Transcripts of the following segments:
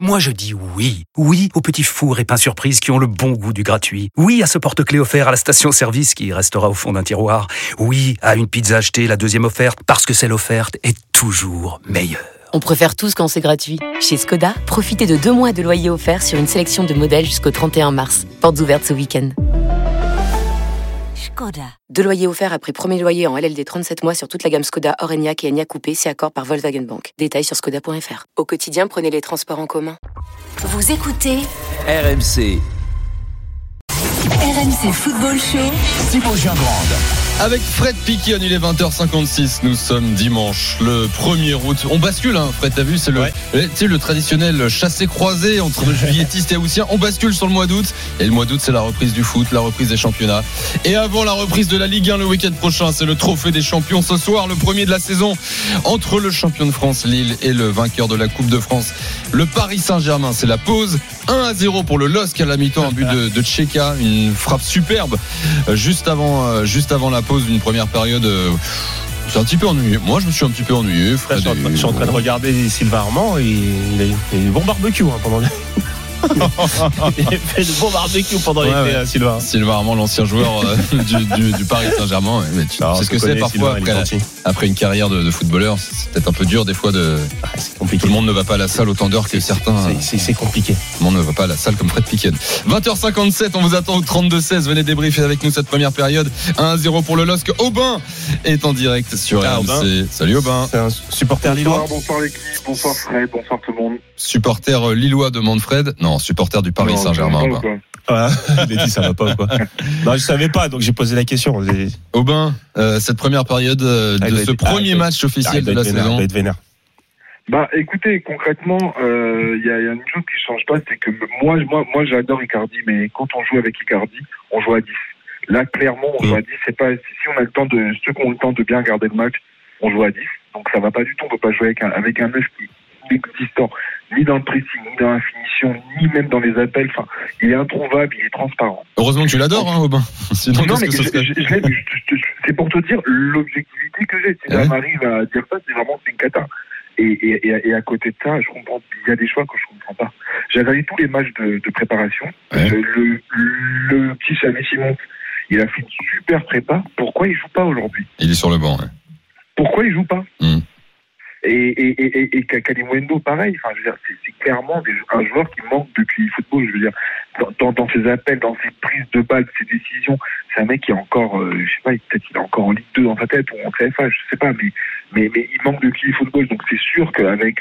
Moi je dis oui. Oui aux petits fours et pains surprises qui ont le bon goût du gratuit. Oui à ce porte-clés offert à la station-service qui restera au fond d'un tiroir. Oui à une pizza achetée, la deuxième offerte, parce que celle offerte est toujours meilleure. On préfère tous quand c'est gratuit. Chez Skoda, profitez de 2 mois de loyer offert sur une sélection de modèles jusqu'au 31 mars. Portes ouvertes ce week-end. Skoda. 2 loyers offerts après premier loyer en LLD 37 mois sur toute la gamme Skoda, Orenia et Enyaq Coupé, c'est accord par Volkswagen Bank. Détails sur skoda.fr. Au quotidien, prenez les transports en commun. Vous écoutez RMC. RMC Football Show. Thibaut Giangrande. Avec Fred Piquion, il est 20h56, nous sommes dimanche, le 1er août. On bascule, hein, Fred, t'as vu, c'est le traditionnel chassé-croisé entre le juilletistes et haussiens. On bascule sur le mois d'août, et le mois d'août, c'est la reprise du foot, la reprise des championnats. Et avant la reprise de la Ligue 1 le week-end prochain, c'est le trophée des champions ce soir, le premier de la saison, entre le champion de France, Lille, et le vainqueur de la Coupe de France, le Paris Saint-Germain. C'est la pause, 1-0 pour le LOSC à la mi-temps, un but de Tcheka, une frappe superbe, juste avant la pause d'une première période. C'est un petit peu ennuyé. Moi, je me suis un petit peu ennuyé. Fred, je suis en train de regarder Sylvain Armand et il a eu bon barbecue pendant le... Il a fait de bon barbecue pendant l'été, Sylvain. Sylvain Armand, l'ancien joueur du Paris Saint-Germain. Mais c'est ce que c'est parfois après une carrière de footballeur. C'est peut-être un peu dur des fois c'est compliqué. Tout le monde ne va pas à la salle autant d'heures que certains. C'est compliqué. Tout le monde ne va pas à la salle comme Fred Piquion. 20h57, on vous attend au 32-16. Venez débriefer avec nous cette première période. 1-0 pour le LOSC. Aubin est en direct sur RMC. Salut Aubin. C'est un supporter lillois. Bonsoir l'équipe, bonsoir Fred, bonsoir tout le monde. Supporter lillois, demande Fred. Non, supporter du Paris Saint-Germain. Voilà. Il a dit ça va pas ou quoi. Non, je savais pas, donc j'ai posé la question. Aubin, cette première période de ce premier match officiel de la saison. Bah écoutez, concrètement, il y a une chose qui change pas, c'est que moi j'adore Icardi, mais quand on joue avec Icardi, on joue à 10. Là clairement on joue à 10, c'est pas si on a le temps de ceux qui ont le temps de bien garder le match, on joue à 10. Donc ça va pas du tout, on peut pas jouer avec un 9 qui est inexistant, ni dans le pressing, ni dans la finition, ni même dans les appels. Enfin, il est introuvable, il est transparent. Heureusement que tu l'adores, hein, Aubin. Sinon, non, mais c'est pour te dire l'objectivité que j'ai. Si ça m'arrive à dire ça, c'est vraiment une cata. Et à côté de ça, je comprends. Il y a des choix que je comprends pas. J'ai regardé tous les matchs de préparation. Ouais. Le petit Xavi Simons, il a fait une super prépa. Pourquoi il joue pas aujourd'hui ? Il est sur le banc. Ouais. Pourquoi il joue pas ? Et Kalimundo, pareil. Enfin, je veux dire, c'est clairement un joueur qui manque de QI football. Je veux dire, dans ses appels, dans ses prises de balles, ses décisions, c'est un mec qui est encore, je sais pas, peut-être il est encore en Ligue 2 dans sa tête ou en CFA, je sais pas, mais il manque de QI football. Donc c'est sûr qu'avec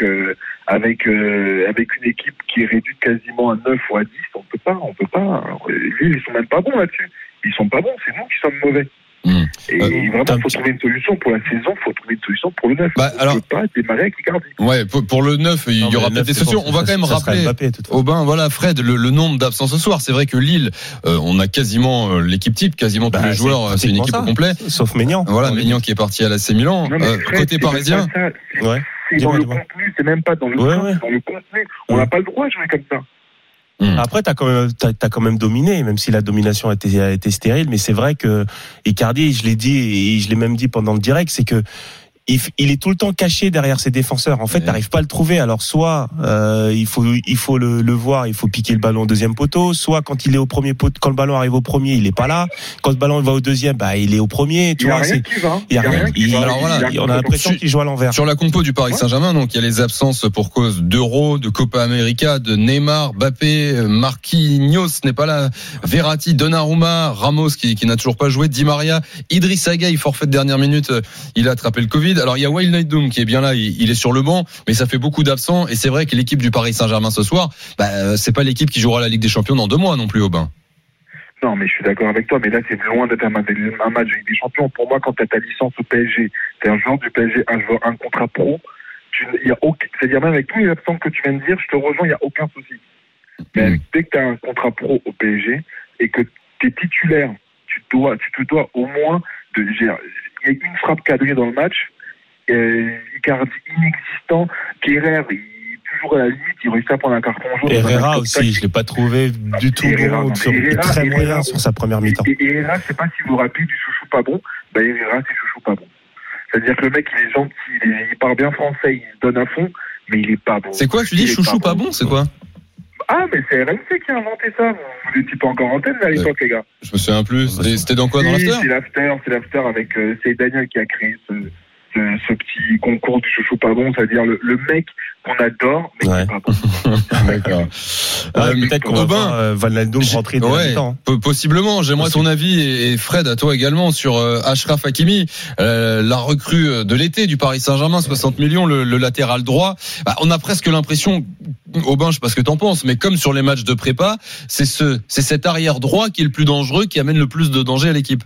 une équipe qui est réduite quasiment à 9 ou à 10, on peut pas. Ils sont même pas bons là-dessus. Ils sont pas bons. C'est nous qui sommes mauvais. Et vraiment, il faut trouver une solution pour la saison, il faut trouver une solution pour le 9. On ne peut pas démarrer avec Icardi. Ouais, pour le 9, il y aura peut-être des solutions. On va quand même rappeler, Aubin, voilà, Fred, le nombre d'absences ce soir. C'est vrai que Lille, on a quasiment l'équipe type, quasiment tous les joueurs, c'est une équipe au complet. Sauf Maignan. Voilà, Maignan qui est parti à l'AC Milan. Côté parisien. C'est dans le contenu, c'est même pas dans le jeu, c'est dans le contenu. On n'a pas le droit de jouer comme ça. Après, t'as quand même dominé, même si la domination a été stérile. Mais c'est vrai que Icardi, je l'ai dit et je l'ai même dit pendant le direct, c'est que il est tout le temps caché derrière ses défenseurs. En fait, t'arrives pas à le trouver. Alors soit il faut le voir, il faut piquer le ballon au deuxième poteau. Soit quand il est au premier poteau, quand le ballon arrive au premier, il est pas là. Quand le ballon va au deuxième, il est au premier. Tu vois, il y a rien qui va. Alors voilà, on a l'impression qu'il joue à l'envers. Sur la compo du Paris Saint-Germain, donc il y a les absences pour cause d'Euro, de Copa América, de Neymar, Mbappé, Marquinhos n'est pas là, Verratti, Donnarumma, Ramos qui n'a toujours pas joué, Di Maria, Idrissa Gueye, forfait de dernière minute, il a attrapé le Covid. Alors il y a Wild Nightdoom qui est bien là, il est sur le banc, mais ça fait beaucoup d'absents et c'est vrai que l'équipe du Paris Saint-Germain ce soir, c'est pas l'équipe qui jouera la Ligue des Champions dans 2 mois non plus, Aubin. Non, mais je suis d'accord avec toi, mais là c'est loin d'être un match de Ligue des Champions. Pour moi, quand tu as ta licence au PSG, t'es un joueur du PSG, un contrat pro, c'est-à-dire même avec tous les absents que tu viens de dire, je te rejoins, il n'y a aucun souci. Mais dès que tu as un contrat pro au PSG et que tu es titulaire, tu te dois au moins de gérer. Il y a une frappe cadrée dans le match. Icardi inexistant, Kerrer toujours à la limite, il réussit à prendre un carton jaune. Herrera aussi, je l'ai pas trouvé du tout bon, très moyen sur sa première mi-temps. Et Herrera, c'est pas si vous vous rappelez du chouchou pas bon, Herrera c'est chouchou pas bon. C'est-à-dire que le mec il est gentil, il parle bien français, il se donne à fond, mais il est pas bon. C'est quoi, tu dis chouchou pas bon, c'est quoi? Ah, mais c'est RMC qui a inventé ça. Vous n'étiez pas encore en antenne à l'époque, les gars. Je me souviens plus. C'était dans quoi, dans l'after? C'est l'after avec, c'est Daniel qui a créé ce petit concours du chouchou pas bon, c'est-à-dire le mec qu'on adore, mais qui est pas bon. D'accord. Peut-être qu'on va voir Wijnaldum rentrer dans le temps. Possiblement. J'aimerais ton avis, et Fred, à toi également, sur Achraf Hakimi, la recrue de l'été du Paris Saint-Germain, 60 millions, le latéral droit. On a presque l'impression, Aubin, je sais pas ce que t'en penses, mais comme sur les matchs de prépa, c'est cet arrière droit qui est le plus dangereux, qui amène le plus de danger à l'équipe.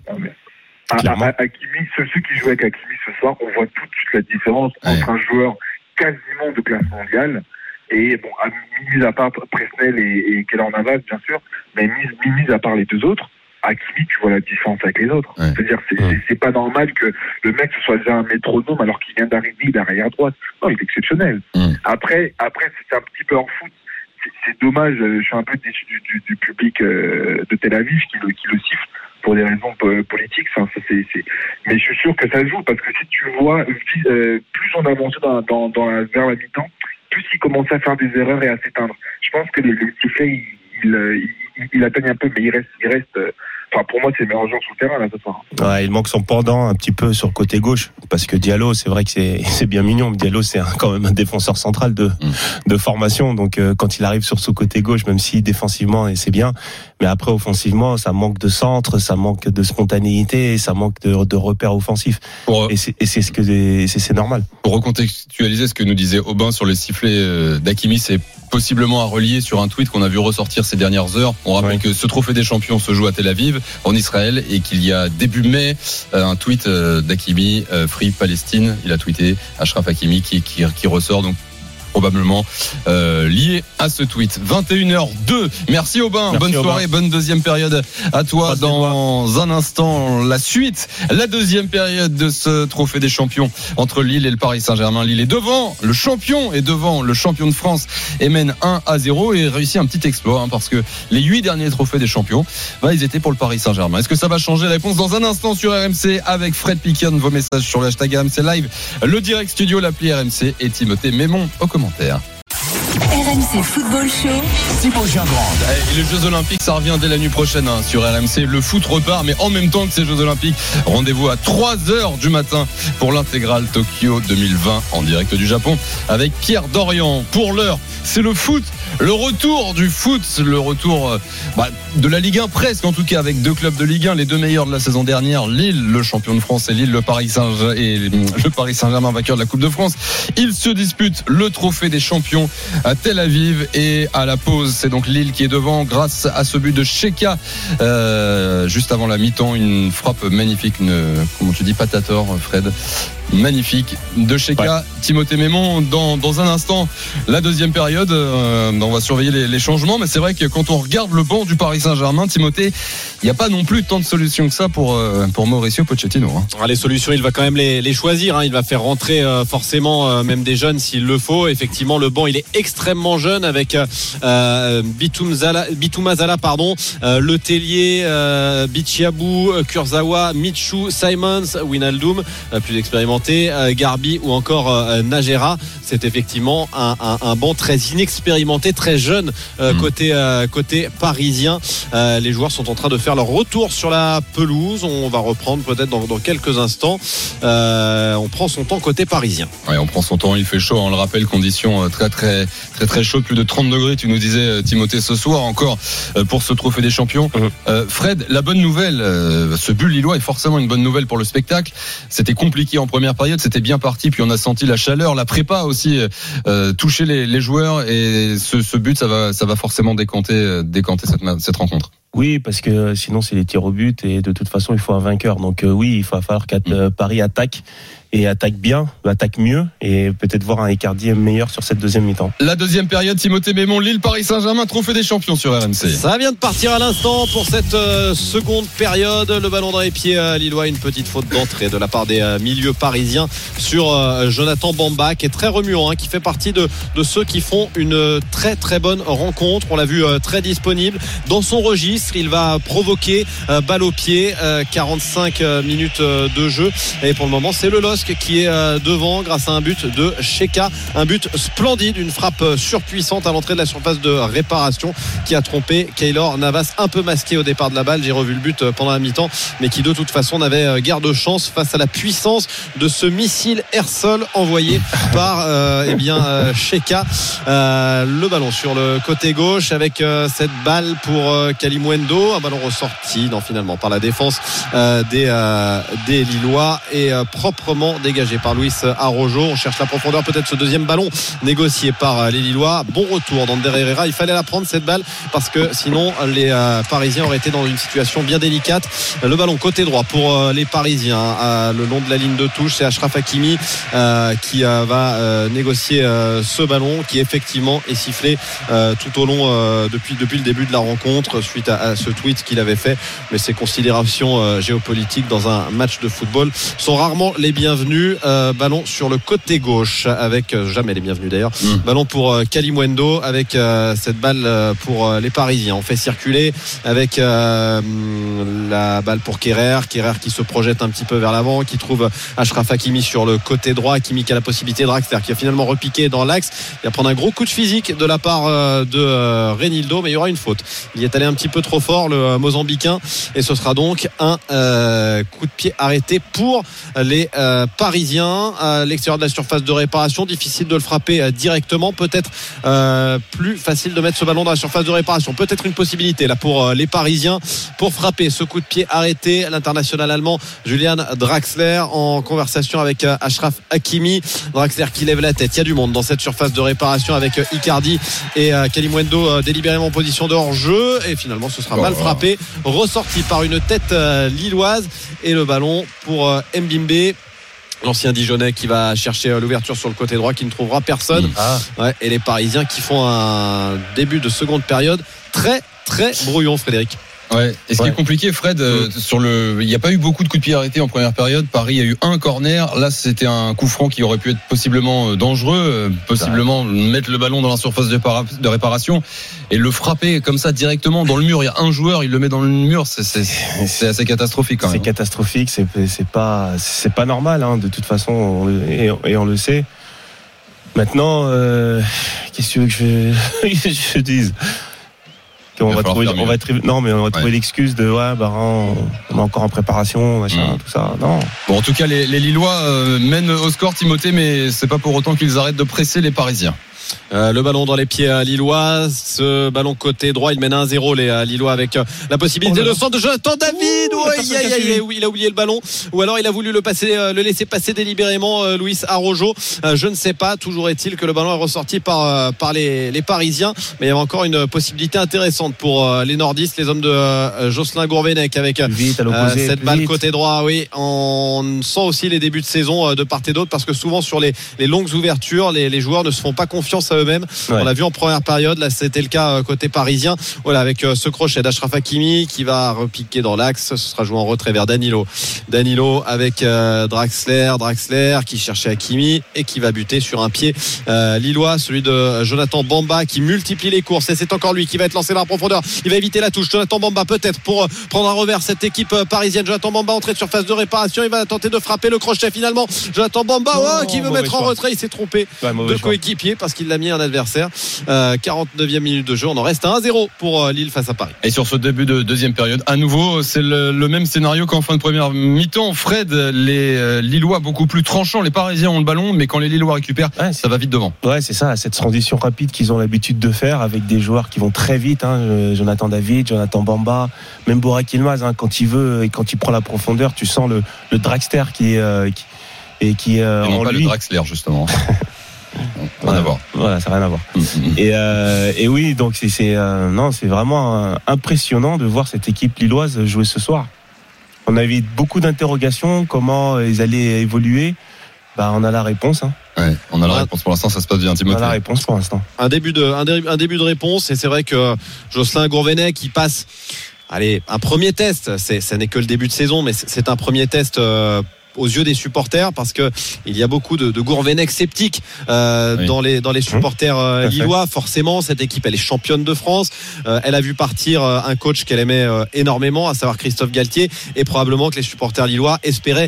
Hakimi, ceux qui jouent avec Hakimi ce soir, on voit tout de suite la différence entre un joueur quasiment de classe mondiale et bon, mis à part Presnel et Keylor Navas, bien sûr, mais mis à part les deux autres, Hakimi, tu vois la différence avec les autres. Ouais. C'est-à-dire, c'est pas normal que le mec ce soit déjà un métronome alors qu'il vient d'arriver, il est arrière droite. Non, il est exceptionnel. Après, c'est un petit peu hors foot. C'est dommage, je suis un peu déçu du public de Tel Aviv qui le siffle pour des raisons politiques. Mais je suis sûr que ça joue, parce que si tu vois, plus on avançait vers la mi-temps, plus il commençait à faire des erreurs et à s'éteindre. Je pense que les sifflets, il atteigne un peu, mais il reste. Enfin, pour moi, c'est le meilleur joueur sur le terrain, là, ce soir. Ouais, il manque son pendant un petit peu sur le côté gauche. Parce que Diallo, c'est vrai que c'est bien mignon. Mais Diallo, c'est quand même un défenseur central de formation. Donc, quand il arrive sur ce côté gauche, même si défensivement, c'est bien. Mais après, offensivement, ça manque de centre, ça manque de spontanéité, ça manque de repères offensifs. Et c'est normal. Pour recontextualiser ce que nous disait Aubin sur les sifflets d'Hakimi, c'est possiblement à relier sur un tweet qu'on a vu ressortir ces dernières heures. On rappelle que ce trophée des champions se joue à Tel Aviv, en Israël, et qu'il y a début mai un tweet d'Hakimi, Free Palestine. Il a tweeté Achraf Hakimi qui ressort, donc probablement lié à ce tweet. 21h02. Merci Aubin. Bonne soirée, bonne deuxième période à toi. Dans un instant, la suite, la deuxième période de ce trophée des champions entre Lille et le Paris Saint-Germain. Lille est devant le champion de France et mène 1-0 et réussit un petit exploit, parce que les 8 derniers trophées des champions, ils étaient pour le Paris Saint-Germain. Est-ce que ça va changer? Réponse dans un instant sur RMC avec Fred Piquion. Vos messages sur l'hashtag RMC Live, le direct studio, l'appli RMC et Timothée Mémon au commentaire. RMC Football Show. Thibaut Giangrande. Et les Jeux Olympiques, ça revient dès la nuit prochaine sur RMC. Le foot repart, mais en même temps que ces Jeux Olympiques, rendez-vous à 3h du matin pour l'intégrale Tokyo 2020 en direct du Japon avec Pierre Dorian. Pour l'heure, c'est le foot, le retour du foot, le retour de la Ligue 1 presque, en tout cas avec 2 clubs de Ligue 1, les 2 meilleurs de la saison dernière, Lille, le champion de France, et Lille, le Paris Saint-Germain vainqueur de la Coupe de France. Ils se disputent le trophée des champions à Tel Aviv, et à la pause, c'est donc Lille qui est devant grâce à ce but de Cheka juste avant la mi-temps, une frappe magnifique, comment tu dis, patator, Fred, magnifique de Cheka. Timothée Mémon, dans un instant, la deuxième période, on va surveiller les changements, mais c'est vrai que quand on regarde le banc du Paris Saint-Germain, Timothée, il n'y a pas non plus tant de solutions que ça pour Mauricio Pochettino. Les solutions, il va quand même les choisir, il va faire rentrer forcément même des jeunes s'il le faut. Effectivement, le banc, il est extrêmement jeune avec Bitoumazala, Le Tellier, Bichiabou, Kurzawa, Michou, Simons, Wijnaldum, plus expérimenté, Garbi ou encore Najera. C'est effectivement un banc très inexpérimenté, très jeune côté parisien. Les joueurs sont en train de faire leur retour sur la pelouse. On va reprendre peut-être dans quelques instants. On prend son temps côté parisien. Oui, on prend son temps, il fait chaud, on le rappelle, conditions très très très très chaudes, plus de 30 degrés, tu nous disais Timothée, ce soir encore pour ce trophée des champions. Fred, la bonne nouvelle, ce but lillois est forcément une bonne nouvelle pour le spectacle. C'était compliqué en première période, c'était bien parti, puis on a senti la chaleur, la prépa aussi toucher les joueurs, et ce but ça va forcément décanter cette rencontre. Oui, parce que sinon c'est les tirs au but, et de toute façon il faut un vainqueur. Donc oui, il va falloir que Paris attaque, et attaque bien, attaque mieux, et peut-être voir un Icardi meilleur sur cette deuxième mi-temps. La deuxième période, Timothée Mémon, Lille, Paris Saint-Germain, trophée des champions sur RMC. Ça vient de partir à l'instant pour cette seconde période. Le ballon dans les pieds lillois, une petite faute d'entrée de la part des milieux parisiens sur Jonathan Bamba, qui est très remuant, qui fait partie de ceux qui font une très très bonne rencontre. On l'a vu très disponible dans son registre. Il va provoquer balle au pied, 45 minutes de jeu, et pour le moment c'est le LOSC LOSC qui est devant grâce à un but de Cheka, un but splendide, une frappe surpuissante à l'entrée de la surface de réparation qui a trompé Keylor Navas, un peu masqué au départ de la balle. J'ai revu le but pendant la mi-temps, mais qui de toute façon n'avait guère de chance face à la puissance de ce missile air-sol envoyé par Cheka. Le ballon sur le côté gauche avec cette balle pour Kalimuendo, un ballon ressorti finalement par la défense des Lillois et proprement dégagé par Luis Araujo. On cherche la profondeur, peut-être ce deuxième ballon négocié par les Lillois. Bon retour d'Ander Herrera, il fallait la prendre cette balle parce que sinon les Parisiens auraient été dans une situation bien délicate. Le ballon côté droit pour les Parisiens le long de la ligne de touche, c'est Achraf Hakimi qui va négocier ce ballon qui effectivement est sifflé tout au long depuis le début de la rencontre suite à ce tweet qu'il avait fait, mais ces considérations géopolitiques dans un match de football sont rarement les bienvenues. Ballon sur le côté gauche avec jamais les bienvenus d'ailleurs. Ballon pour Kalimuendo avec cette balle pour les Parisiens. On fait circuler avec la balle pour Kerrer qui se projette un petit peu vers l'avant, qui trouve Achraf Hakimi sur le côté droit. Hakimi qui a la possibilité, Draxler qui a finalement repiqué dans l'axe. Il va prendre un gros coup de physique de la part de Renildo, mais il y aura une faute. Il y est allé un petit peu trop fort, le Mozambicain, et ce sera donc un coup de pied arrêté pour les Parisiens à l'extérieur de la surface de réparation. Difficile de le frapper directement, peut-être plus facile de mettre ce ballon dans la surface de réparation. Peut-être une possibilité là pour les Parisiens pour frapper ce coup de pied arrêté. L'international allemand Julian Draxler en conversation avec Achraf Hakimi. Draxler qui lève la tête. Il y a du monde dans cette surface de réparation avec Icardi et Kalimuendo délibérément en position de hors-jeu, et finalement ce sera mal frappé, ressorti par une tête lilloise, et le ballon pour Mbimbe, l'ancien Dijonais, qui va chercher l'ouverture sur le côté droit, qui ne trouvera personne. Et les Parisiens qui font un début de seconde période très très brouillon, Frédéric. Ouais. Et ce qui est compliqué, Fred, il n'y a pas eu beaucoup de coups de pied arrêtés en première période. Paris a eu un corner. Là, c'était un coup franc qui aurait pu être possiblement dangereux, possiblement mettre le ballon dans la surface de réparation et le frapper comme ça directement dans le mur. Il y a un joueur, il le met dans le mur. C'est assez catastrophique quand même. C'est catastrophique. C'est pas normal, hein, de toute façon, et on le sait. Maintenant, qu'est-ce que je dise? On va trouver l'excuse de on est encore en préparation, machin, tout ça. Non. Bon, en tout cas, les Lillois mènent au score, Timothée, mais c'est pas pour autant qu'ils arrêtent de presser les Parisiens. Le ballon dans les pieds à Lillois, ce ballon côté droit, il mène 1-0 les Lillois avec la possibilité de centre de Jonathan David. Il a oublié le ballon, ou alors il a voulu le laisser passer délibérément, Luis Araujo, je ne sais pas. Toujours est-il que le ballon est ressorti par les Parisiens, mais il y avait encore une possibilité intéressante pour les nordistes, les hommes de Jocelyn Gourvenec avec cette balle côté droit. Oui, on sent aussi les débuts de saison de part et d'autre, parce que souvent sur les longues ouvertures, les joueurs ne se font pas confiance à eux-mêmes. On l'a vu en première période, là c'était le cas côté parisien. Voilà, avec ce crochet d'Achraf Hakimi qui va repiquer dans l'axe. Ce sera joué en retrait vers Danilo avec Draxler qui cherchait Hakimi et qui va buter sur un pied lillois, celui de Jonathan Bamba, qui multiplie les courses, et c'est encore lui qui va être lancé dans la profondeur. Il va éviter la touche, Jonathan Bamba, peut-être pour prendre un revers cette équipe parisienne. Jonathan Bamba, entrée de surface de réparation, il va tenter de frapper le crochet finalement. Jonathan Bamba qui veut mettre en retrait, il s'est trompé de coéquipier parce qu'il l'a mis un adversaire. 49e minute de jeu, on en reste à 1-0 pour Lille face à Paris. Et sur ce début de deuxième période, à nouveau, c'est le même scénario qu'en fin de première mi-temps. Fred, les Lillois beaucoup plus tranchants, les Parisiens ont le ballon, mais quand les Lillois récupèrent, ça va vite devant. Ouais, c'est ça, cette transition rapide qu'ils ont l'habitude de faire avec des joueurs qui vont très vite, Jonathan David, Jonathan Bamba, même Burak Yilmaz, quand il veut et quand il prend la profondeur, tu sens le Draxler qui non pas lui. Le Draxler, justement. Rien à voir. Voilà, ça n'a rien à voir. Et oui, donc c'est vraiment impressionnant de voir cette équipe lilloise jouer ce soir. On avait beaucoup d'interrogations, comment ils allaient évoluer. On a la réponse. Ouais, on a la réponse pour l'instant, ça se passe bien, Timothée. On a la réponse pour l'instant. Un début de réponse, et c'est vrai que Jocelyn Gourvenec qui passe. Allez, un premier test, ça n'est que le début de saison, mais c'est un premier test aux yeux des supporters, parce que il y a beaucoup de Gourvenec sceptiques dans les supporters lillois. Forcément, cette équipe, elle est championne de France. Elle a vu partir un coach qu'elle aimait énormément, à savoir Christophe Galtier, et probablement que les supporters lillois espéraient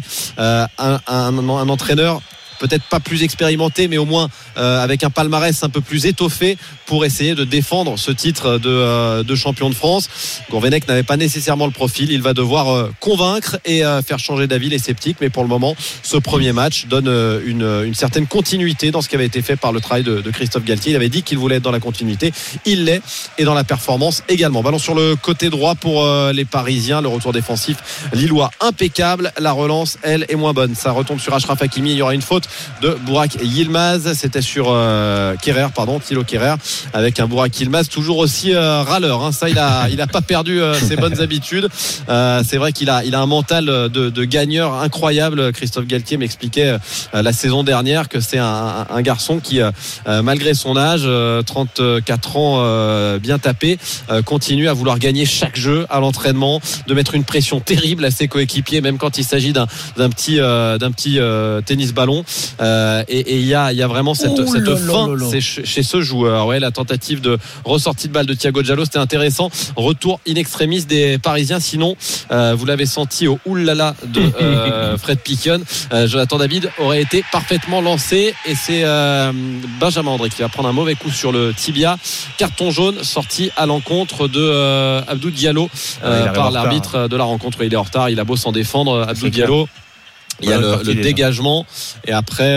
un entraîneur peut-être pas plus expérimenté, mais au moins avec un palmarès un peu plus étoffé pour essayer de défendre ce titre de champion de France. Gourvenec n'avait pas nécessairement le profil. Il va devoir convaincre et faire changer d'avis les sceptiques, mais pour le moment, ce premier match donne une certaine continuité dans ce qui avait été fait par le travail de Christophe Galtier. Il avait dit qu'il voulait être dans la continuité, il l'est, et dans la performance également. Ballon sur le côté droit pour les Parisiens, le retour défensif lillois impeccable. La relance, elle, est moins bonne. Ça retombe sur Achraf Hakimi. Il y aura une faute de Burak Yilmaz. C'était sur Thilo Kehrer, avec un Burak Yilmaz toujours aussi râleur, hein. Ça, il a pas perdu ses bonnes habitudes. C'est vrai qu'il a un mental de gagneur incroyable. Christophe Galtier m'expliquait la saison dernière que c'est un garçon qui, malgré son âge, 34 ans bien tapé, continue à vouloir gagner chaque jeu à l'entraînement, de mettre une pression terrible à ses coéquipiers, même quand il s'agit d'un petit tennis ballon. Et il y a vraiment cette fin chez ce joueur. Ouais, la tentative de ressortie de balle de Thiago Diallo, c'était intéressant. Retour in extremis des Parisiens. Sinon, vous l'avez senti au oulala de Fred Piquion, Jonathan David aurait été parfaitement lancé, et c'est Benjamin André qui va prendre un mauvais coup sur le tibia. Carton jaune sorti à l'encontre de Abdou Diallo par l'arbitre de la rencontre. Il est en retard, il a beau s'en défendre, Abdou Diallo. Il y a le dégagement, et après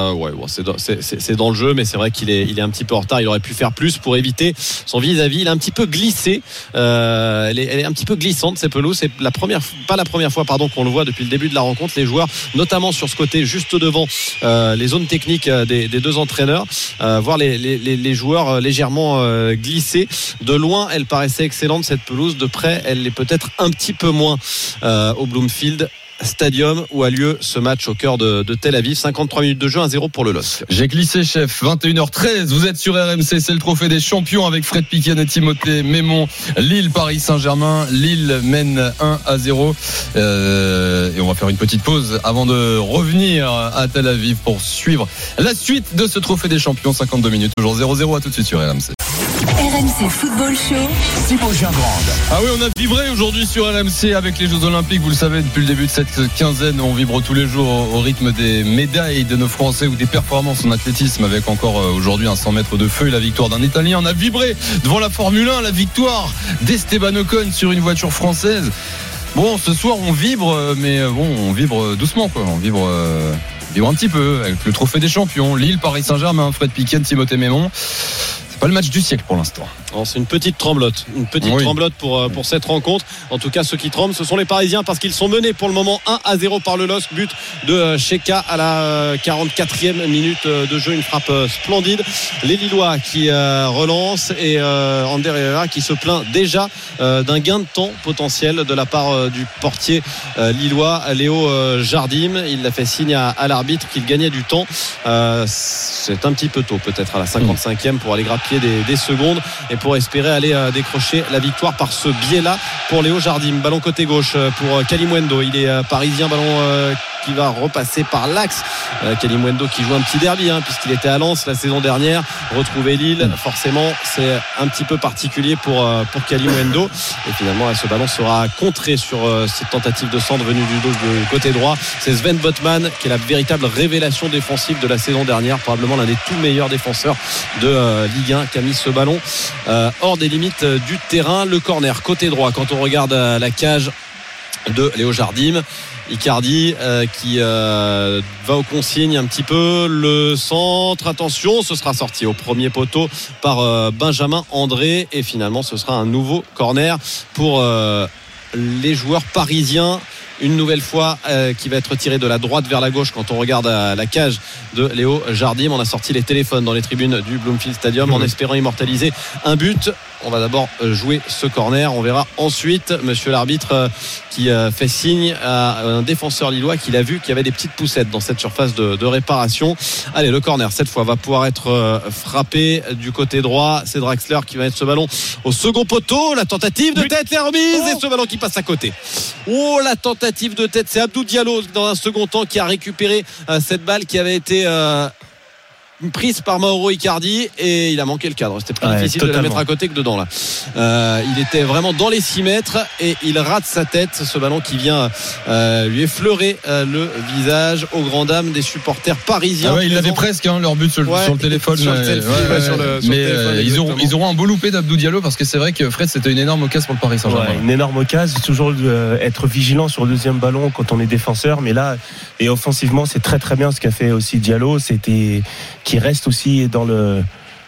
c'est dans le jeu, mais c'est vrai qu'il est un petit peu en retard. Il aurait pu faire plus pour éviter son vis-à-vis. Il a un petit peu glissé, elle est un petit peu glissante, ces pelouses. C'est pas la première fois qu'on le voit depuis le début de la rencontre. Les joueurs, notamment sur ce côté juste devant les zones techniques des deux entraîneurs, voir les joueurs légèrement glisser. De loin, elle paraissait excellente, cette pelouse. De près, elle l'est peut-être un petit peu moins au Bloomfield Stadium, où a lieu ce match au cœur de Tel Aviv. 53 minutes de jeu, 1-0 pour le LOSC. J'ai glissé, chef. 21h13, vous êtes sur RMC, c'est le trophée des champions avec Fred Piquion et Timothée Mémon. Lille, Paris Saint-Germain. Lille mène 1-0. Et on va faire une petite pause avant de revenir à Tel Aviv pour suivre la suite de ce trophée des champions. 52 minutes, toujours 0-0. À tout de suite sur RMC. RMC Football Show. Thibaut Jean-Grande. Ah oui, on a vibré aujourd'hui sur RMC avec les Jeux Olympiques. Vous le savez, depuis le début de cette quinzaine, on vibre tous les jours au rythme des médailles de nos Français ou des performances en athlétisme, avec encore aujourd'hui un 100 mètres de feu et la victoire d'un Italien. On a vibré devant la Formule 1, la victoire d'Esteban Ocon sur une voiture française. Bon, ce soir on vibre, mais bon, on vibre doucement, quoi. On vibre un petit peu avec le trophée des champions. Lille, Paris Saint-Germain, Fred Piquion, Timothée Mémon. C'est pas le match du siècle pour l'instant. Alors, c'est une petite tremblote tremblote pour cette rencontre. En tout cas, ceux qui tremblent, ce sont les Parisiens, parce qu'ils sont menés pour le moment 1-0 par le LOSC. But de Cheka à la 44e minute de jeu, une frappe splendide. Les Lillois qui relancent, et Ander Herrera qui se plaint déjà d'un gain de temps potentiel de la part du portier lillois Léo Jardim. Il l'a fait signe à l'arbitre qu'il gagnait du temps. C'est un petit peu tôt, peut-être à la 55e, pour aller grappiller des secondes et pour espérer aller décrocher la victoire par ce biais-là pour Léo Jardim. Ballon côté gauche pour Kalimuendo. Il est parisien, ballon qui va repasser par l'axe. Kalimuendo qui joue un petit derby, puisqu'il était à Lens la saison dernière. Retrouver Lille, forcément, c'est un petit peu particulier pour Kalimuendo. Et finalement, ce ballon sera contré sur cette tentative de centre venue du côté droit. C'est Sven Botman qui est la véritable révélation défensive de la saison dernière, probablement l'un des tout meilleurs défenseurs de Ligue 1, qui a mis ce ballon hors des limites du terrain. Le corner côté droit, quand on regarde la cage de Léo Jardim, Icardi qui va aux consignes un petit peu. Le centre, attention, ce sera sorti au premier poteau par Benjamin André, et finalement ce sera un nouveau corner pour les joueurs parisiens. Une nouvelle fois qui va être tiré de la droite vers la gauche. Quand on regarde la cage de Léo Jardim, on a sorti les téléphones dans les tribunes du Bloomfield Stadium en espérant immortaliser un but. On va d'abord jouer ce corner. On verra ensuite monsieur l'arbitre qui fait signe à un défenseur lillois qu'il a vu qu'il y avait des petites poussettes dans cette surface de réparation. Allez, le corner cette fois va pouvoir être frappé du côté droit. C'est Draxler qui va mettre ce ballon au second poteau. La tentative de tête, la remise et ce ballon qui passe à côté. Oh, la tentative de tête, c'est Abdou Diallo dans un second temps qui a récupéré cette balle qui avait été prise par Mauro Icardi et il a manqué le cadre. C'était plus difficile totalement de la mettre à côté que dedans là. Il était vraiment dans les 6 mètres et il rate sa tête. Ce ballon qui vient lui effleurer le visage aux grandes dames des supporters parisiens. Il l'avait presque leur but sur le téléphone. Mais ils auront un beau loupé d'Abdou Diallo parce que c'est vrai que Fred, c'était une énorme occasion pour le Paris Saint-Germain. Une énorme occasion. Toujours être vigilant sur le deuxième ballon quand on est défenseur. Mais là, et offensivement, c'est très très bien ce qu'a fait aussi Diallo. C'était qui reste aussi dans le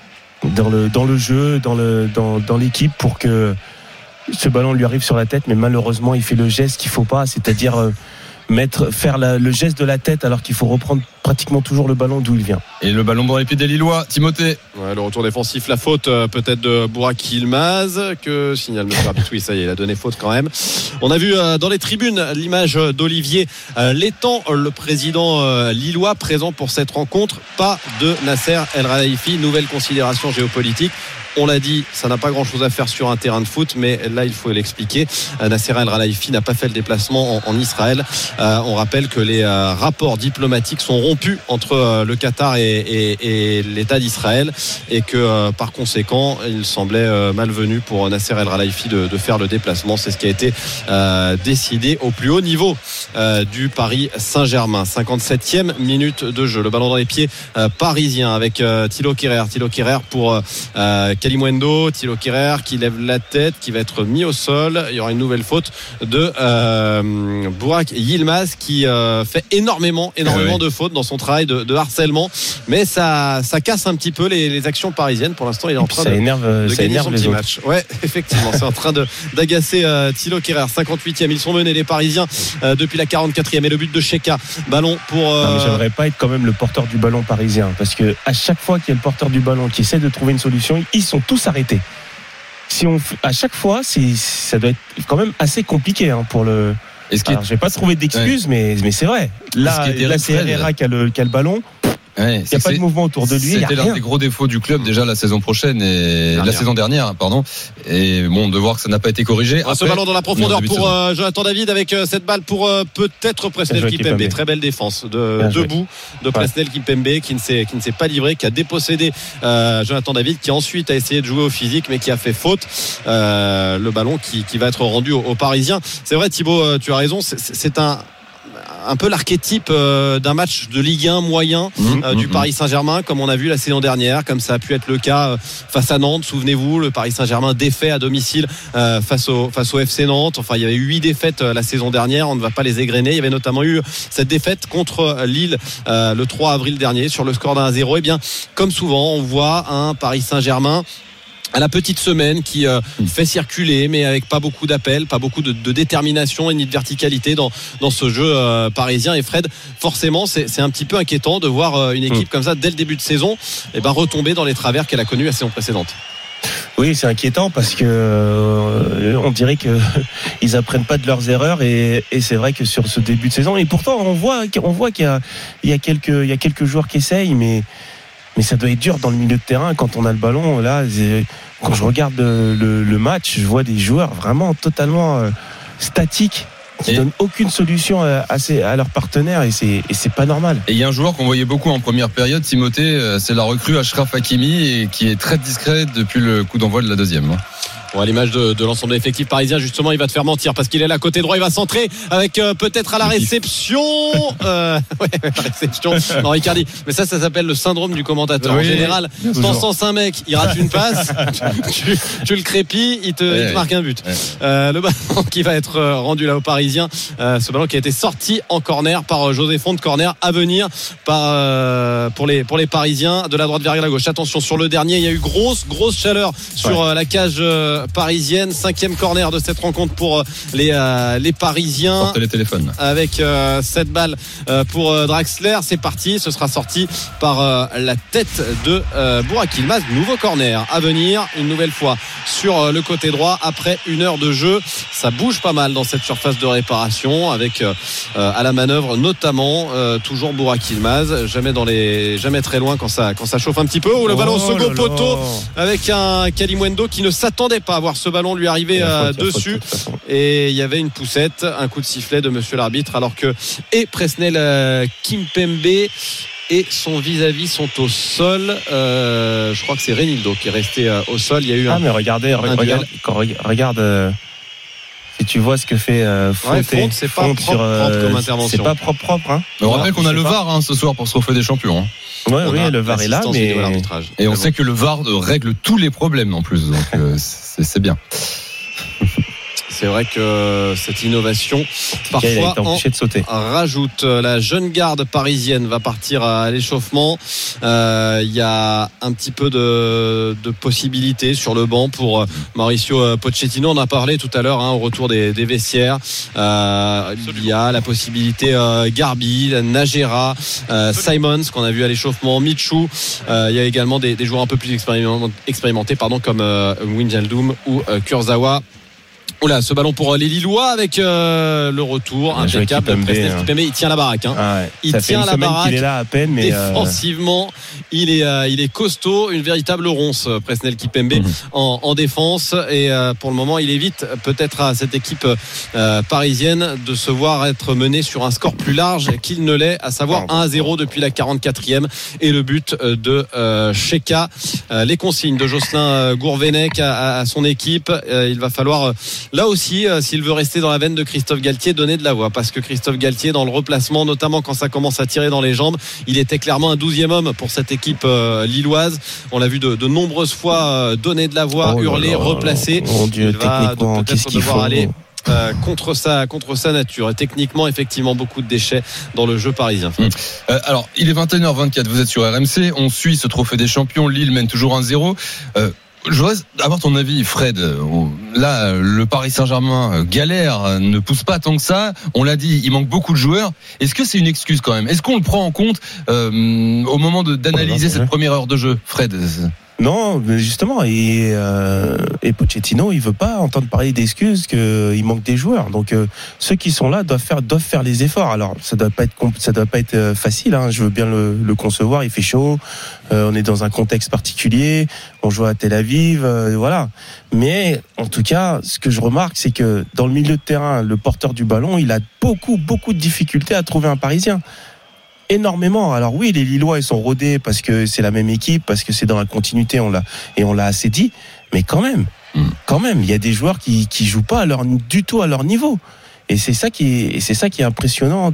jeu, dans l'équipe pour que ce ballon lui arrive sur la tête, mais malheureusement il fait le geste qu'il faut pas, c'est-à-dire faire le geste de la tête alors qu'il faut reprendre pratiquement toujours le ballon d'où il vient. Et le ballon dans les pieds des Lillois, Timothée. Le retour défensif, la faute peut-être de Burak Yilmaz que signale M. Arbitre. Oui, ça y est, il a donné faute quand même. On a vu dans les tribunes l'image d'Olivier Létang, le président lillois présent pour cette rencontre. Pas de Nasser El Khelaifi, nouvelle considération géopolitique. On l'a dit, ça n'a pas grand-chose à faire sur un terrain de foot, mais là, il faut l'expliquer. Nasser El Khelaifi n'a pas fait le déplacement en Israël. On rappelle que les rapports diplomatiques sont rompus entre le Qatar et l'État d'Israël et que par conséquent, il semblait malvenu pour Nasser El Khelaifi de faire le déplacement. C'est ce qui a été décidé au plus haut niveau du Paris Saint-Germain. 57e minute de jeu. Le ballon dans les pieds parisiens avec Thilo Kehrer pour Kalimundo, Thilo Kehrer qui lève la tête, qui va être mis au sol. Il y aura une nouvelle faute de Burak Yilmaz qui fait énormément de fautes dans son travail de harcèlement, mais ça casse un petit peu les actions parisiennes. Pour l'instant, il est en train de gagner son petit match. Ouais, effectivement, c'est en train d'agacer Thilo Kehrer. 58e, ils sont menés les Parisiens depuis la 44e et le but de Cheka. Ballon pour mais j'aimerais pas être quand même le porteur du ballon parisien parce que à chaque fois qu'il y a le porteur du ballon qui essaie de trouver une solution, ils sont tous arrêtés. À chaque fois, ça doit être quand même assez compliqué pour le. Alors, je vais pas trouver d'excuses, mais c'est vrai. Là, c'est Herrera qui a le ballon. Il n'y a pas de mouvement autour de lui. C'était l'un des gros défauts du club déjà la saison prochaine et la saison dernière, pardon. Et bon, de voir que ça n'a pas été corrigé. Ce ballon dans la profondeur pour Jonathan David avec cette balle pour peut-être Presnel Kimpembe. Très belle défense debout de Presnel Kimpembe qui ne s'est pas livré, qui a dépossédé Jonathan David, qui ensuite a essayé de jouer au physique mais qui a fait faute. Le ballon qui va être rendu aux Parisiens. C'est vrai, Thibaut, tu as raison. C'est un peu l'archétype d'un match de Ligue 1 moyen du Paris Saint-Germain, comme on a vu la saison dernière, comme ça a pu être le cas face à Nantes. Souvenez-vous, le Paris Saint-Germain défait à domicile face au FC Nantes. Enfin, il y avait eu 8 défaites la saison dernière, on ne va pas les égrener. Il y avait notamment eu cette défaite contre Lille le 3 avril dernier sur le score d'1-0. Et bien, comme souvent, on voit un Paris Saint-Germain à la petite semaine qui fait circuler, mais avec pas beaucoup d'appels, pas beaucoup de détermination et ni de verticalité dans ce jeu parisien. Et Fred, forcément, c'est un petit peu inquiétant de voir une équipe comme ça dès le début de saison retomber dans les travers qu'elle a connus la saison précédente. Oui, c'est inquiétant parce que on dirait que ils apprennent pas de leurs erreurs et c'est vrai que sur ce début de saison, et pourtant on voit qu'il y a quelques joueurs qui essayent, mais ça doit être dur dans le milieu de terrain quand on a le ballon. Là, quand je regarde le match, je vois des joueurs vraiment totalement statiques qui donnent aucune solution à leurs partenaires et c'est pas normal. Et il y a un joueur qu'on voyait beaucoup en première période, Timothée, c'est la recrue Achraf Hakimi et qui est très discret depuis le coup d'envoi de la deuxième. Bon, à l'image de l'ensemble de l'effectif parisien, justement, il va te faire mentir parce qu'il est là côté droit, il va centrer avec peut-être à la réception. La réception. Non, Icardi. Mais ça s'appelle le syndrome du commentateur. En général, t'encenses un mec, il rate une passe, tu le crépilles, il te marque un but. Le ballon qui va être rendu là aux Parisiens, ce ballon qui a été sorti en corner par José Fonte, corner à venir pour les Parisiens de la droite vers la gauche. Attention sur le dernier, il y a eu grosse chaleur sur la cage parisienne. 5e corner de cette rencontre pour les Parisiens. Sortez les téléphones. Avec cette balle pour Draxler. C'est parti. Ce sera sorti par la tête de Burak Yilmaz. Nouveau corner à venir. Une nouvelle fois sur le côté droit après 1 heure de jeu. Ça bouge pas mal dans cette surface de réparation avec à la manœuvre notamment toujours Burak Yilmaz, jamais très loin quand ça chauffe un petit peu. Le ballon au second poteau avec un Kalimuendo qui ne s'attendait pas à voir ce ballon lui arriver dessus, et il y avait une poussette, un coup de sifflet de monsieur l'arbitre, alors que Presnel Kimpembe et son vis-à-vis sont au sol. Je crois que c'est Renildo qui est resté au sol. Il y a eu mais regarde, si tu vois ce que fait Fonte, c'est pas propre comme intervention. C'est pas propre. Hein. On rappelle qu'on a le VAR ce soir pour ce trophée des champions. Oui, le VAR est là, mais et on sait que le VAR règle tous les problèmes en plus, donc c'est bien. C'est vrai que cette innovation parfois rajoute. La jeune garde parisienne va partir à l'échauffement. Il y a un petit peu de possibilités sur le banc pour Mauricio Pochettino. On en a parlé tout à l'heure au retour des vestiaires. Il y a la possibilité Garbi, Najera, Simons qu'on a vu à l'échauffement, Michou. Il y a également des joueurs un peu plus expérimentés comme Wijnaldum ou Kurzawa. Oula, ce ballon pour les Lillois avec le retour impeccable de Presnel Kimpembe. Il tient la baraque. Il tient la baraque. Il est là à peine, mais défensivement, il est costaud, une véritable ronce, Presnel Kimpembe en défense. Et pour le moment, il évite peut-être à cette équipe parisienne de se voir être menée sur un score plus large qu'il ne l'est, à savoir 1-0 depuis la 44e et le but de Cheka. Les consignes de Jocelyn Gourvenec à son équipe. Il va falloir là aussi, s'il veut rester dans la veine de Christophe Galtier, donner de la voix, parce que Christophe Galtier, dans le replacement, notamment quand ça commence à tirer dans les jambes, il était clairement un 12e homme pour cette équipe lilloise. On l'a vu de nombreuses fois donner de la voix, hurler, replacer. Mon Dieu, il va peut-être devoir aller contre sa nature, et techniquement effectivement beaucoup de déchets dans le jeu parisien. Alors il est 21h24, vous êtes sur RMC, on suit ce trophée des champions, Lille mène toujours 1-0. Je voudrais avoir ton avis, Fred. Là, le Paris Saint-Germain galère, ne pousse pas tant que ça. On l'a dit, il manque beaucoup de joueurs. Est-ce que c'est une excuse quand même ? Est-ce qu'on le prend en compte au moment d'analyser cette première heure de jeu, Fred ? Non, mais justement, et Pochettino, il veut pas entendre parler d'excuses qu'il manque des joueurs. Donc ceux qui sont là doivent faire les efforts. Alors ça doit pas être facile. Je veux bien le concevoir. Il fait chaud. On est dans un contexte particulier. On joue à Tel Aviv, voilà. Mais en tout cas, ce que je remarque, c'est que dans le milieu de terrain, le porteur du ballon, il a beaucoup de difficultés à trouver un Parisien. Énormément. Alors oui, les Lillois ils sont rodés parce que c'est la même équipe, parce que c'est dans la continuité, on l'a assez dit, mais quand même, il y a des joueurs qui jouent pas du tout à leur niveau. Et c'est ça qui est impressionnant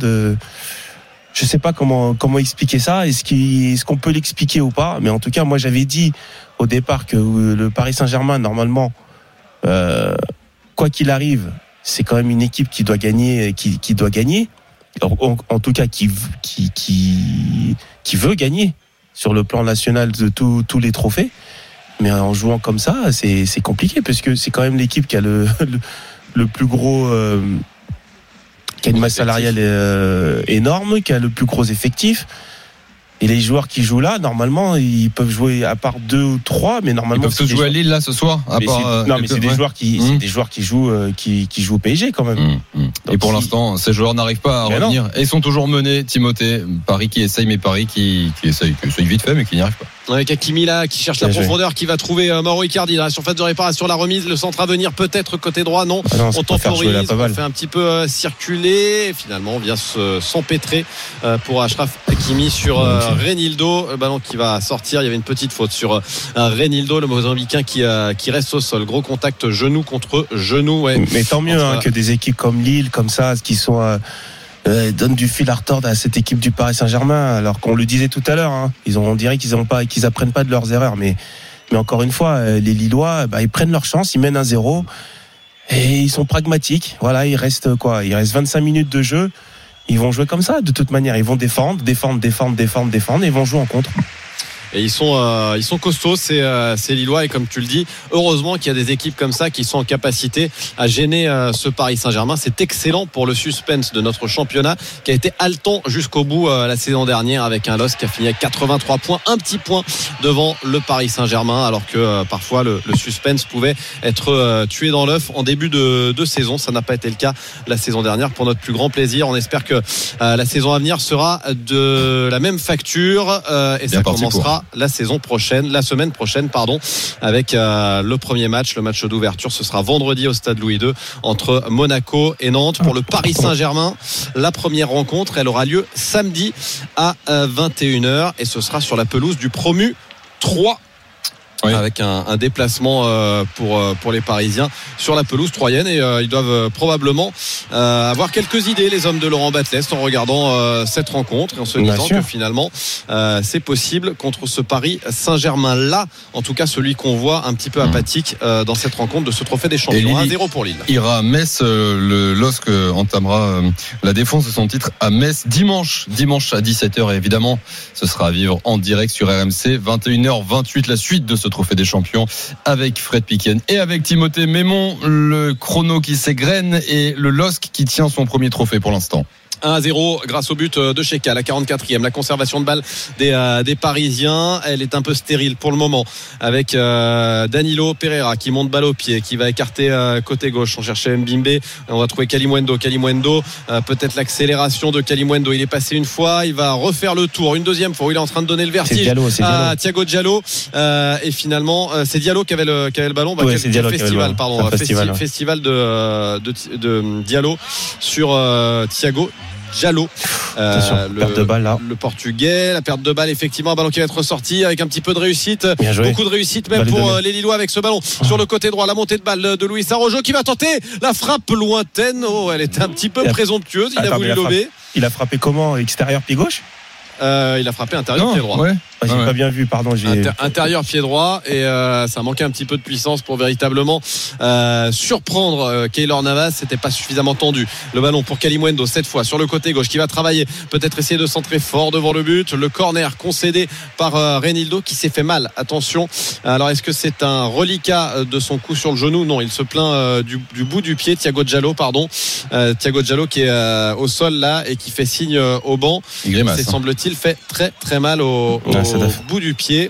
je sais pas comment expliquer ça, est-ce qu'on peut l'expliquer ou pas, mais en tout cas, moi j'avais dit au départ que le Paris Saint-Germain normalement quoi qu'il arrive, c'est quand même une équipe qui doit gagner, qui doit gagner. En tout cas qui veut gagner sur le plan national de tous les trophées, mais en jouant comme ça c'est compliqué, parce que c'est quand même l'équipe qui a le plus gros qui a une masse salariale énorme, qui a le plus gros effectif. Et les joueurs qui jouent là, normalement, ils peuvent jouer à part 2 ou 3, mais normalement. Ils peuvent jouer à Lille là ce soir. Mais c'est des joueurs c'est des joueurs qui jouent au PSG quand même. Et pour l'instant, ces joueurs n'arrivent pas à revenir. Et ils sont toujours menés, Timothée. Paris qui essaye, mais Paris qui essaye vite fait, mais qui n'y arrive pas. Avec Hakimi là qui cherche la profondeur, qui va trouver Mauro Icardi dans la surface de réparation, la remise, le centre à venir peut-être côté droit, non, on temporise, on fait un petit peu circuler, et finalement on vient s'empêtrer pour Achraf Hakimi sur Renildo, le ballon qui va sortir. Il y avait une petite faute sur Renildo, le Mozambicain qui reste au sol, gros contact genou contre genou, mais tant mieux que des équipes comme Lille comme ça qui sont donne du fil à retordre à cette équipe du Paris Saint-Germain, alors qu'on le disait tout à l'heure, on dirait qu'ils apprennent pas de leurs erreurs, mais encore une fois, les Lillois, ils prennent leur chance, ils mènent 1-0 et ils sont pragmatiques. Voilà, il reste 25 minutes de jeu, ils vont jouer comme ça de toute manière, ils vont défendre et ils vont jouer en contre. Et ils sont costauds, ces Lillois. Et comme tu le dis, heureusement qu'il y a des équipes comme ça qui sont en capacité à gêner ce Paris Saint-Germain. C'est excellent pour le suspense de notre championnat qui a été haletant jusqu'au bout la saison dernière avec un LOSC qui a fini avec 83 points, un petit point devant le Paris Saint-Germain, alors que parfois le suspense pouvait être tué dans l'œuf en début de saison. Ça n'a pas été le cas la saison dernière, pour notre plus grand plaisir. On espère que la saison à venir sera de la même facture et ça commencera la semaine prochaine avec le premier match, le match d'ouverture. Ce sera vendredi au stade Louis II entre Monaco et Nantes. Pour le Paris Saint-Germain, la première rencontre, elle aura lieu samedi à 21h et ce sera sur la pelouse du promu 3. Oui. Avec un déplacement pour les Parisiens sur la pelouse troyenne et ils doivent probablement avoir quelques idées, les hommes de Laurent Batles, en regardant cette rencontre et en se disant que finalement c'est possible contre ce Paris Saint-Germain là, en tout cas celui qu'on voit un petit peu apathique dans cette rencontre de ce trophée des champions. 1-0 pour Lille. Ira à Metz, le LOSC entamera la défense de son titre à Metz dimanche à 17h et évidemment ce sera à vivre en direct sur RMC. 21h28, la suite de ce trophée des champions avec Fred Piquen et avec Timothée Mémon, le chrono qui s'égrène et le LOSC qui tient son premier trophée pour l'instant. 1-0 grâce au but de Cheka, la 44e. La conservation de balle des Parisiens, elle est un peu stérile pour le moment avec Danilo Pereira qui monte balle au pied, qui va écarter côté gauche. On cherchait Mbimbe, on va trouver Kalimuendo, peut-être l'accélération de Kalimuendo. Il est passé une fois, il va refaire le tour une deuxième fois où il est en train de donner le vertige à Thiago Diallo et finalement c'est Diallo qui avait le ballon. C'est Diallo festival, pardon, festival de Diallo sur Thiago Diallo, le portugais, la perte de balle, effectivement, un ballon qui va être ressorti avec un petit peu de réussite, beaucoup de réussite même pour les Lillois avec ce ballon sur le côté droit, la montée de balle de Luis Araujo qui va tenter la frappe lointaine. Elle était un petit peu présomptueuse, il a voulu lober. Il a frappé comment, extérieur pied gauche? Il a frappé intérieur pied droit. J'ai pas bien vu, pardon. Intérieur pied droit et ça manquait un petit peu de puissance pour véritablement surprendre Keylor Navas. C'était pas suffisamment tendu. Le ballon pour Kalimuendo cette fois sur le côté gauche qui va travailler, peut-être essayer de centrer fort devant le but. Le corner concédé par Reinildo qui s'est fait mal. Attention. Alors est-ce que c'est un reliquat de son coup sur le genou? Non, il se plaint du bout du pied. Thiago Diallo qui est au sol là et qui fait signe au banc. Il s'est semble-t-il fait très très mal au bout du pied.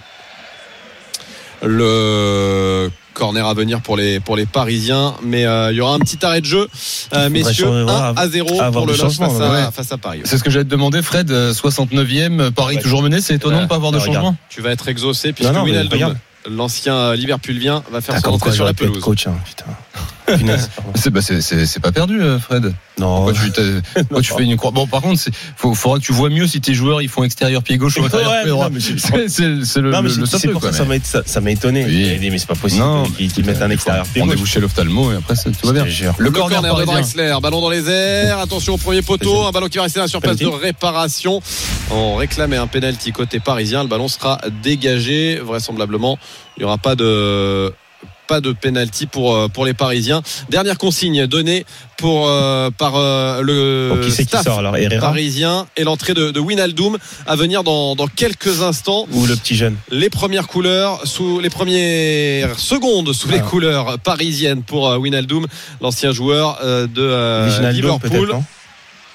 Le corner à venir pour les Parisiens, mais il y aura un petit arrêt de jeu, messieurs. 1-0 pour le LOSC face à Paris. C'est ce que j'allais te demander, Fred. 69e, Paris toujours mené. C'est étonnant de ne pas avoir de changement. Tu vas être exaucé puisque Wijnaldum, l'ancien Liverpoolvien, va faire son entrée sur la pelouse. Coach, putain. C'est pas perdu, Fred. Non. Pourquoi tu fais une croix? Bon, par contre, faudra que tu vois mieux si tes joueurs ils font extérieur pied gauche ou intérieur pied droit. C'est le pour ça m'a étonné. Oui. Mais c'est pas possible qu'ils mettent un extérieur pied gauche. Rendez-vous chez l'ophtalmo et après tout va bien. Le corner de Drexler, ballon dans les airs. Attention au premier poteau, un ballon qui va rester à la surface de réparation. On réclamait un penalty côté parisien. Le ballon sera dégagé. Vraisemblablement, il n'y aura pas de penalty pour les Parisiens. Dernière consigne donnée par le staff parisien et l'entrée de Wijnaldum à venir dans quelques instants. Ou le petit jeune. Les premières secondes sous les couleurs parisiennes pour Wijnaldum, l'ancien joueur de Liverpool. Pardon ?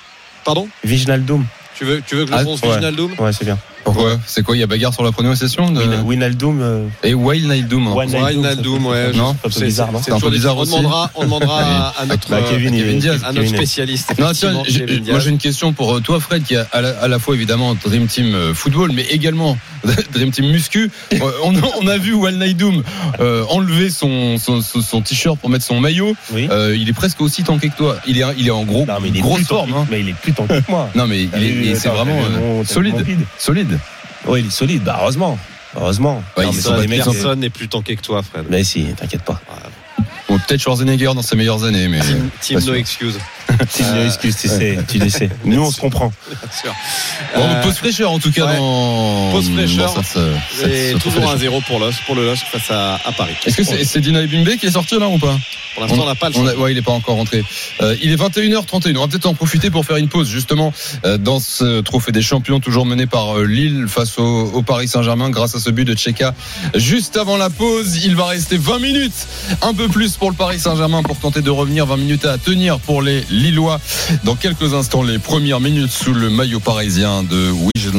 Wijnaldum. Tu veux que je prononce Wijnaldum ? Ouais, c'est bien. Pourquoi ? C'est quoi ? Il y a bagarre sur la prononciation de... Wijnaldum. Et Wijnaldum. Wijnaldum, ouais. Non, c'est bizarre, non ? C'est un peu bizarre aussi. On demandera à notre spécialiste. Non, tiens, moi j'ai une question pour toi, Fred, qui est à la fois évidemment Dream Team Football, mais également Dream Team Muscu. On a vu Wijnaldum enlever son t-shirt pour mettre son maillot. Il est presque aussi tanké que toi. Il est en grosse forme. Mais il est plus tanké que moi. Non, mais c'est vraiment solide. Oui, il est solide, heureusement. Personne n'est plus tanké que toi, Fred. Mais si, t'inquiète pas. Bon, peut-être Schwarzenegger dans ses meilleures années, mais Team no excuse. C'est une excuse, tu sais. Nous, on se comprend. Bien sûr. Pause fraîcheur en tout cas. Pause fraîcheur. C'est toujours 1-0 pour le LOSC face à Paris. Est-ce que c'est Dina Ebimbe qui est sorti là ou pas? Pour l'instant, on n'a pas le choix. Ouais, il n'est pas encore rentré. Il est 21h31. On va peut-être en profiter pour faire une pause justement dans ce trophée des champions, toujours mené par Lille face au Paris Saint-Germain grâce à ce but de Tcheka. Juste avant la pause, il va rester 20 minutes, un peu plus pour le Paris Saint-Germain pour tenter de revenir. 20 minutes à tenir pour les Lillois. Dans quelques instants, les premières minutes sous le maillot parisien de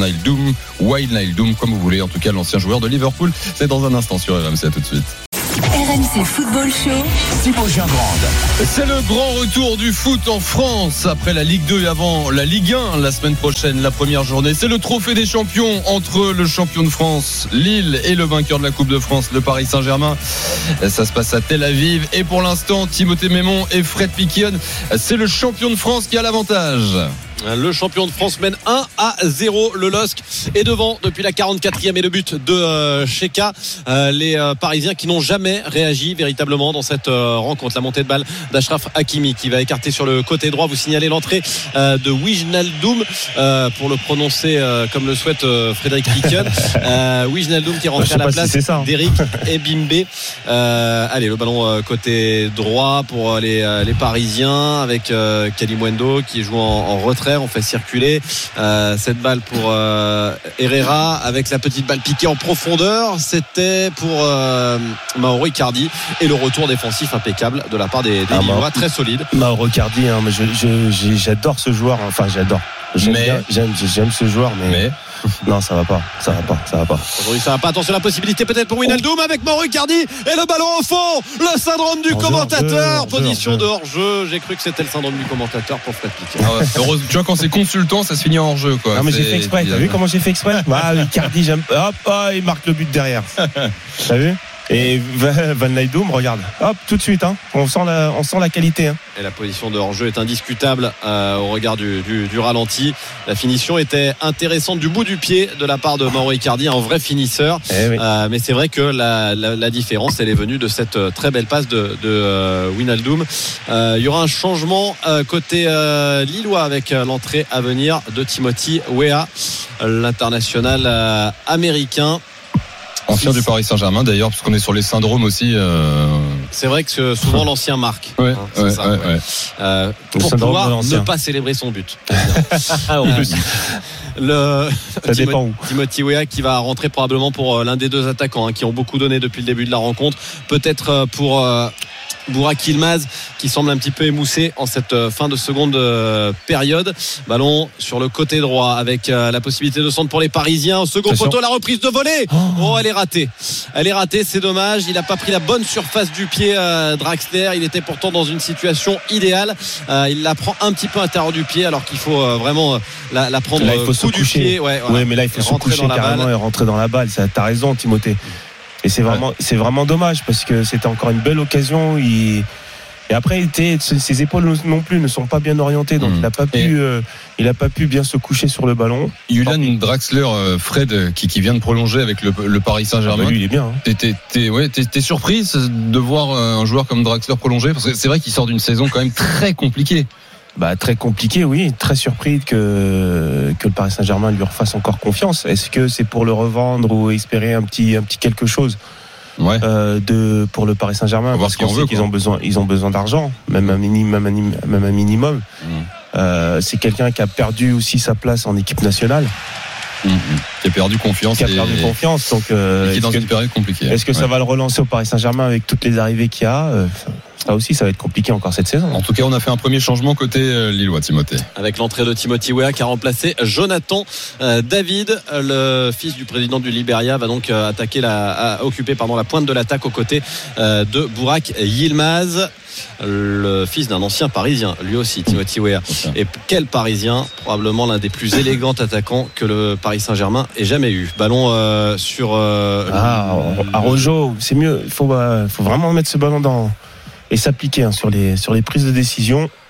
Wijnaldum, comme vous voulez. En tout cas, l'ancien joueur de Liverpool. C'est dans un instant sur RMC. À tout de suite. RMC Football Show. Thibaut Giangrande. C'est le grand retour du foot en France après la Ligue 2 et avant la Ligue 1 la semaine prochaine, la première journée. C'est le trophée des champions entre le champion de France, Lille, et le vainqueur de la Coupe de France, le Paris Saint-Germain. Ça se passe à Tel Aviv. Et pour l'instant, Timothée Mémon et Fred Piquion, c'est le champion de France qui a l'avantage. Le champion de France mène 1-0. Le LOSC est devant depuis la 44e et le but de Tcheka. Les Parisiens qui n'ont jamais réagi véritablement dans cette rencontre. La montée de balle d'Achraf Hakimi qui va écarter sur le côté droit. Vous signalez l'entrée de Wijnaldum pour le prononcer comme le souhaite Frédéric Piquion. Wijnaldum qui est rentré à la place d'Eric Ebimbe. Allez, le ballon côté droit pour les Parisiens avec Kalimundo qui joue en retrait. On fait circuler cette balle pour Herrera avec la petite balle piquée en profondeur. C'était pour Mauro Icardi et le retour défensif impeccable de la part des Lillois, très solide. Mauro Icardi, hein, mais j'adore ce joueur. Enfin, j'adore. J'aime ce joueur, mais non, ça va pas. Aujourd'hui, ça va pas. Attention, la possibilité peut-être pour Wijnaldum avec Mauro Icardi et le ballon au fond. Le syndrome du commentateur. Position de hors-jeu. J'ai cru que c'était le syndrome du commentateur pour Fred Piquion. Heureusement, tu vois, quand c'est consultant, ça se finit en hors-jeu, quoi. Non, mais j'ai fait exprès. T'as vu comment j'ai fait exprès? Icardi, j'aime. Hop, il marque le but derrière. T'as vu? Et Wijnaldum, regarde, hop, tout de suite, hein. On sent la qualité. Hein. Et la position de hors-jeu est indiscutable au regard du ralenti. La finition était intéressante du bout du pied de la part de Mauro Icardi, un vrai finisseur. Oui. Mais c'est vrai que la différence, elle est venue de cette très belle passe de Wijnaldum. Il y aura un changement côté lillois avec l'entrée à venir de Timothy Weah, l'international américain. Ancien du Paris Saint-Germain d'ailleurs, parce qu'on est sur les syndromes aussi. C'est vrai que souvent l'ancien marque. Ouais, c'est ça. Pour pouvoir ne pas célébrer son but. Ça dépend où. Timothy Weah qui va rentrer probablement pour l'un des deux attaquants qui ont beaucoup donné depuis le début de la rencontre. Peut-être pour Burak Yilmaz qui semble un petit peu émoussé en cette fin de seconde période. Ballon sur le côté droit avec la possibilité de centre pour les Parisiens. Au second poteau, la reprise de volée. Elle est ratée, c'est dommage. Il n'a pas pris la bonne surface du pied Draxler. Il était pourtant dans une situation idéale. Il la prend un petit peu à l'intérieur du pied alors qu'il faut vraiment la prendre là, il faut coup du pied. Ouais, mais là il faut se coucher carrément et rentrer dans la balle. T'as raison, Timothée. Et c'est vraiment dommage parce que c'était encore une belle occasion. Et après, ses épaules non plus ne sont pas bien orientées, donc il n'a pas pu bien se coucher sur le ballon. Julian Draxler, Fred, qui vient de prolonger avec le Paris Saint-Germain. Lui, il est bien. Hein. T'es surprise de voir un joueur comme Draxler prolonger, parce que c'est vrai qu'il sort d'une saison quand même très compliquée. Très compliqué, oui. Très surpris que le Paris Saint-Germain lui refasse encore confiance. Est-ce que c'est pour le revendre ou espérer un petit quelque chose pour le Paris Saint-Germain? Parce qu'on sait qu'ils ont besoin d'argent, même un minimum. C'est quelqu'un qui a perdu aussi sa place en équipe nationale. Qui a perdu confiance. Donc, qui est dans une période compliquée. Est-ce que ça va le relancer au Paris Saint-Germain avec toutes les arrivées qu'il y a? Ça aussi, ça va être compliqué encore cette saison. En tout cas, on a fait un premier changement côté lillois, Timothée. Avec l'entrée de Timothy Weah qui a remplacé Jonathan David, le fils du président du Liberia, va donc occuper la pointe de l'attaque aux côtés de Burak Yilmaz, le fils d'un ancien Parisien, lui aussi, Timothy Weah. Et quel Parisien, probablement l'un des plus élégants attaquants que le Paris Saint-Germain ait jamais eu. Ballon sur Araujo, c'est mieux. Il faut vraiment mettre ce ballon et s'appliquer sur les prises de décision.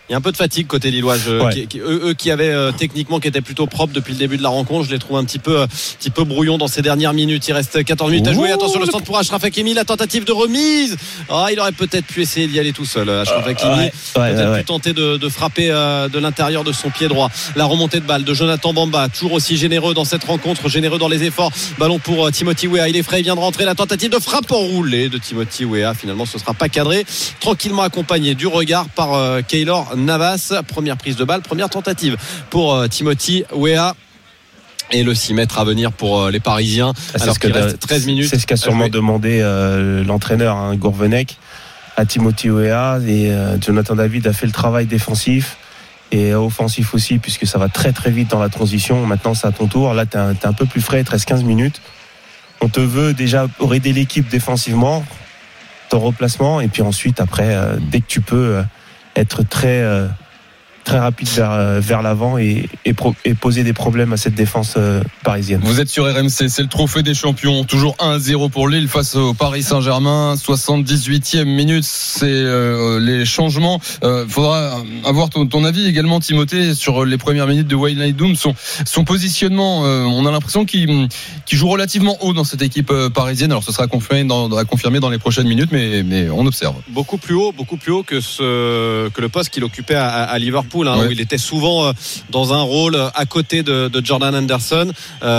Il y a un peu de fatigue côté lillois. Eux qui avaient techniquement qui étaient plutôt propres depuis le début de la rencontre, je les trouve un petit peu brouillons dans ces dernières minutes. Il reste 14 minutes à jouer. Attention, le centre pour Achraf Hakimi, la tentative de remise. Il aurait peut-être pu essayer d'y aller tout seul. Achraf Hakimi peut-être pu tenter de frapper de l'intérieur de son pied droit. La remontée de balle de Jonathan Bamba, toujours aussi généreux dans cette rencontre, généreux dans les efforts. Ballon pour Timothy Weah, il est frais, il vient de rentrer. La tentative de frappe enroulée de Timothy Weah, finalement ce sera pas cadré, tranquillement accompagné du regard par Keylor Navas. Première prise de balle, première tentative pour Timothy Weah. Et le 6 mètres à venir pour les Parisiens. Alors qu'il reste 13 minutes. C'est ce qu'a sûrement demandé l'entraîneur Gourvenec à Timothy Weah, et Jonathan David a fait le travail défensif et offensif aussi, puisque ça va très très vite dans la transition. Maintenant c'est à ton tour, là t'es un peu plus frais, il te reste 15 minutes. On te veut déjà aider l'équipe défensivement, ton replacement, et puis ensuite après dès que tu peux être très rapide vers l'avant et poser des problèmes à cette défense parisienne. Vous êtes sur RMC, c'est le trophée des champions, toujours 1-0 pour Lille face au Paris Saint-Germain, 78e minute, c'est les changements. Faudra avoir ton avis également, Timothée, sur les premières minutes de Wayne Wijnaldum, son positionnement. On a l'impression qu'il joue relativement haut dans cette équipe parisienne. Alors ce sera confirmé dans les prochaines minutes, mais on observe. Beaucoup plus haut que le poste qu'il occupait à Liverpool. Où il était souvent dans un rôle à côté de Jordan Henderson,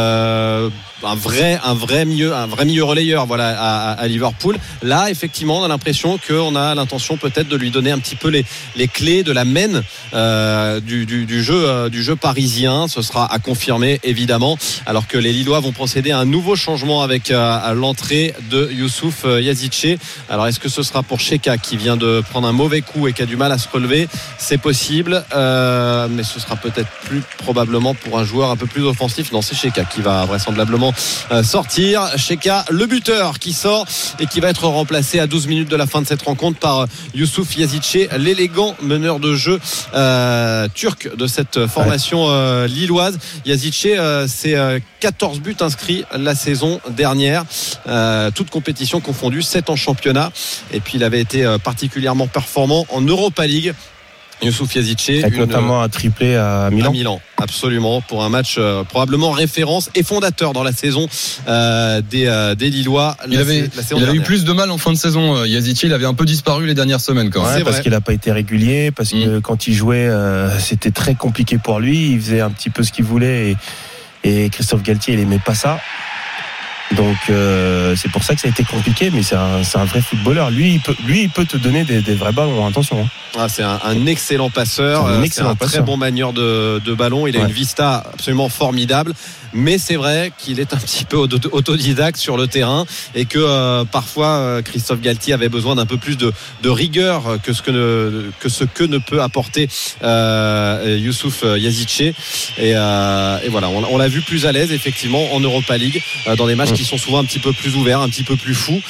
un vrai milieu relayeur à Liverpool. Là effectivement on a l'impression qu'on a l'intention peut-être de lui donner un petit peu les clés de la main du jeu parisien. Ce sera à confirmer évidemment, alors que les Lillois vont procéder à un nouveau changement avec à l'entrée de Youssouf Yazici. Alors est-ce que ce sera pour Cheka qui vient de prendre un mauvais coup et qui a du mal à se relever? C'est possible, mais ce sera peut-être plus probablement pour un joueur un peu plus offensif. Non, c'est Cheka qui va vraisemblablement sortir. Cheka, le buteur, qui sort et qui va être remplacé à 12 minutes de la fin de cette rencontre par Youssouf Yazici, l'élégant meneur de jeu turc de cette formation lilloise. Yazici, c'est 14 buts inscrits la saison dernière, toutes compétitions confondues, 7 en championnat, et puis il avait été particulièrement performant en Europa League. Youssouf Yazici, avec notamment un triplé à Milan. Absolument, pour un match probablement référence et fondateur dans la saison des Lillois. Il avait eu plus de mal en fin de saison. Yazici, il avait un peu disparu les dernières semaines quand même. Parce qu'il n'a pas été régulier, parce que quand il jouait, c'était très compliqué pour lui. Il faisait un petit peu ce qu'il voulait, et Christophe Galtier, il aimait pas ça. Donc c'est pour ça que ça a été compliqué, mais c'est un vrai footballeur. Lui il peut te donner des vrais ballons, attention. C'est un excellent passeur, c'est un très bon manieur de ballon. Il a une vista absolument formidable, mais c'est vrai qu'il est un petit peu autodidacte sur le terrain, et que parfois Christophe Galtier avait besoin d'un peu plus de rigueur que ce que ne peut apporter Youssouf Yazici, et voilà, on l'a vu plus à l'aise effectivement en Europa League, dans des matchs qui sont souvent un petit peu plus ouverts, un petit peu plus fous,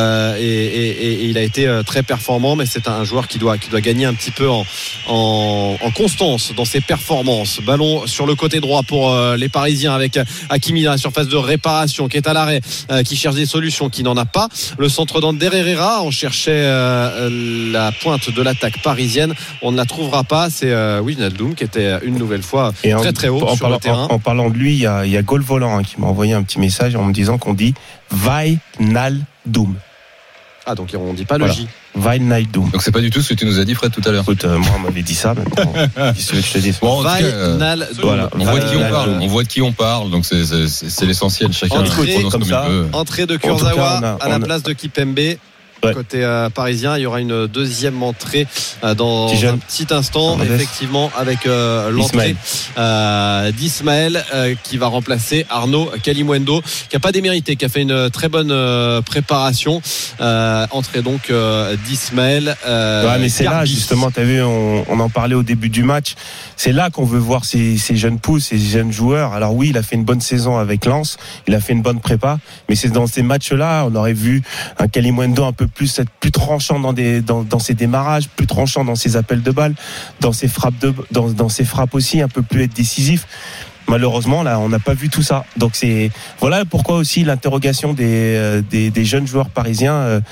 et il a été très performant, mais c'est un joueur qui doit gagner un petit peu en constance dans ses performances. Ballon sur le côté droit pour les Parisiens, avec Hakimi dans la surface de réparation, qui est à l'arrêt, qui cherche des solutions, qui n'en a pas. Le centre d'Ander Herrera, on cherchait la pointe de l'attaque parisienne, on ne la trouvera pas. C'est Wijnaldum qui était une nouvelle fois très haut sur le terrain. En parlant de lui, il y a Gol Volant qui m'a envoyé un petit message en me disant qu'on dit Wijnaldum. Ah, donc on ne dit pas le J. Wijnaldum. Donc c'est pas du tout ce que tu nous as dit, Fred, tout à l'heure. Écoute, moi on m'avait dit ça, mais qu'est-ce que je te dis? Bon, voilà, on voit de qui on parle, donc c'est l'essentiel. Chacun prononce comme il veut. Entrée de Kurzawa à la place de Kipembe. Côté parisien, il y aura une deuxième entrée dans un petit instant, effectivement, avec l'entrée d'Ismaël qui va remplacer Arnaud Kalimuendo, qui n'a pas démérité, qui a fait une très bonne préparation. Entrée donc d'Ismaël. Mais c'est là justement, tu as vu, on en parlait au début du match, c'est là qu'on veut voir ces jeunes pousses, ces jeunes joueurs. Alors oui, il a fait une bonne saison avec Lens, il a fait une bonne prépa, mais c'est dans ces matchs-là, on aurait vu un Kalimuendo un peu plus tranchant dans ses démarrages, plus tranchant dans ses appels de balles, dans ses frappes dans ses frappes aussi, un peu plus être décisif. Malheureusement, là, on n'a pas vu tout ça. Donc voilà pourquoi aussi l'interrogation des jeunes joueurs parisiens.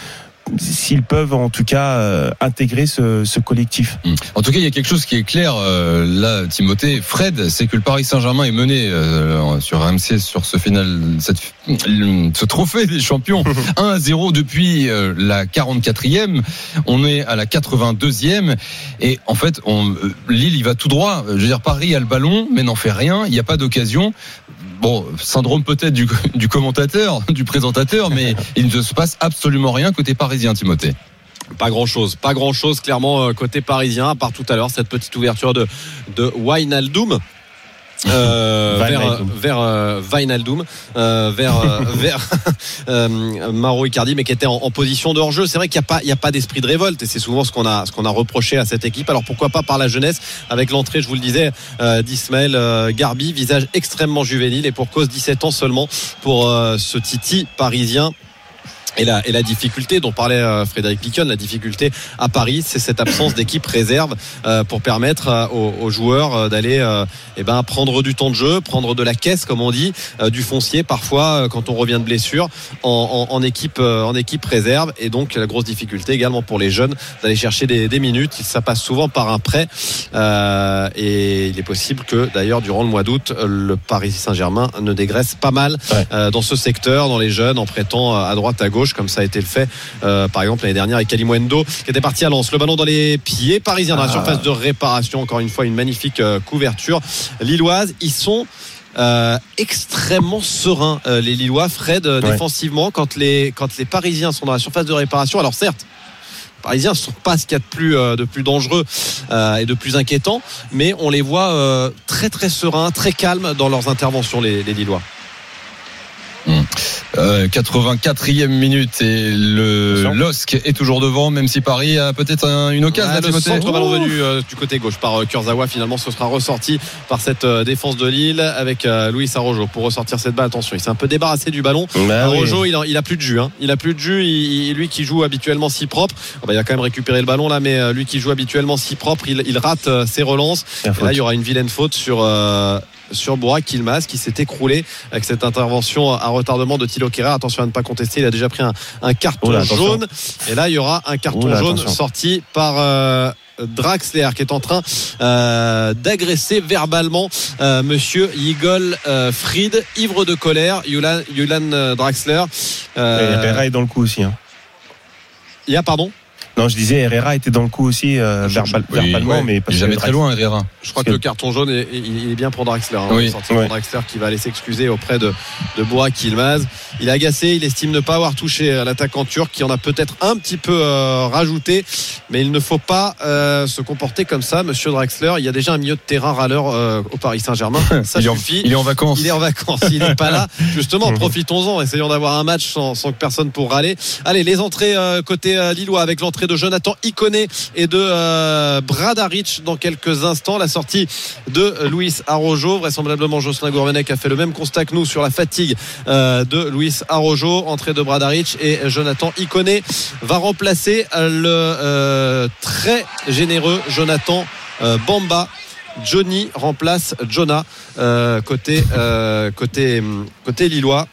s'ils peuvent en tout cas intégrer ce collectif. En tout cas, il y a quelque chose qui est clair là, Timothée, Fred, c'est que le Paris Saint-Germain est mené sur RMC sur ce ce trophée des champions 1-0 depuis la 44e. On est à la 82e et en fait, Lille il va tout droit. Je veux dire, Paris a le ballon mais n'en fait rien. Il n'y a pas d'occasion. Bon, syndrome peut-être du commentateur, du présentateur, mais il ne se passe absolument rien côté parisien, Timothée. Pas grand chose clairement côté parisien, à part tout à l'heure cette petite ouverture de Wijnaldum. Vers Wijnaldum, vers Mauro Icardi, mais qui était en position de hors-jeu. C'est vrai qu'il n'y a pas d'esprit de révolte, et c'est souvent ce qu'on a reproché à cette équipe. Alors pourquoi pas par la jeunesse, avec l'entrée, je vous le disais, d'Ismaël Garbi, visage extrêmement juvénile, et pour cause 17 ans seulement pour ce Titi parisien. Et la difficulté dont parlait Frédéric Piquion, la difficulté à Paris, c'est cette absence d'équipe réserve pour permettre aux joueurs d'aller prendre du temps de jeu, prendre de la caisse comme on dit, du foncier parfois quand on revient de blessure en équipe réserve. Et donc la grosse difficulté également pour les jeunes d'aller chercher des minutes. Ça passe souvent par un prêt et il est possible que d'ailleurs durant le mois d'août le Paris Saint-Germain ne dégraisse pas mal dans ce secteur, dans les jeunes, en prêtant à droite à gauche, comme ça a été le fait par exemple l'année dernière avec Kalimundo qui était parti à Lens. Le ballon dans les pieds parisiens dans la surface de réparation, encore une fois une magnifique couverture lilloise. Ils sont extrêmement sereins les Lillois, Fred, défensivement quand les Parisiens sont dans la surface de réparation. Alors certes, les Parisiens ne sont pas ce qu'il y a de plus dangereux et de plus inquiétant, mais on les voit très très sereins, très calmes dans leurs interventions, les Lillois. 84e minute et le LOSC est toujours devant, même si Paris a peut-être une occasion. Le centre ballon venu du côté gauche par Kurzawa, finalement ce sera ressorti par cette défense de Lille avec Luis Araujo pour ressortir cette balle. Attention, il s'est un peu débarrassé du ballon. Araujo, il a plus de jus, hein. Il a plus de jus. Lui qui joue habituellement si propre, il a quand même récupéré le ballon là, mais lui qui joue habituellement si propre, il rate ses relances. Et là il y aura une vilaine faute sur Burak Yilmaz qui s'est écroulé avec cette intervention à retardement de Thilo Kehrer. Attention à ne pas contester, il a déjà pris un carton jaune, et là il y aura un carton jaune sorti par Draxler qui est en train d'agresser verbalement monsieur Igor Fried, ivre de colère. Julian Draxler Herrera est dans le coup aussi, hein. Il y a pardon. Non, je disais Herrera était dans le coup aussi verbalement, mais pas jamais très loin Herrera. Je crois que le carton jaune il est bien pour Draxler, hein. Pour Draxler qui va aller s'excuser auprès de Burak Yilmaz. Il est agacé, il estime ne pas avoir touché l'attaquant turc qui en a peut-être un petit peu rajouté, mais il ne faut pas se comporter comme ça, monsieur Draxler. Il y a déjà un milieu de terrain râleur au Paris Saint-Germain, ça suffit. Il est en vacances, il n'est pas là. Justement, profitons-en, essayons d'avoir un match sans que personne pour râler. Allez, les entrées côté lillois avec l'entrée de Jonathan Iconé et de Bradaric dans quelques instants. La sortie de Luis Araujo, vraisemblablement Jocelyn Gourvenec a fait le même constat que nous sur la fatigue de Luis Araujo. Entrée de Bradaric et Jonathan Iconé va remplacer le très généreux Jonathan Bamba. Johnny remplace Jonah côté lillois.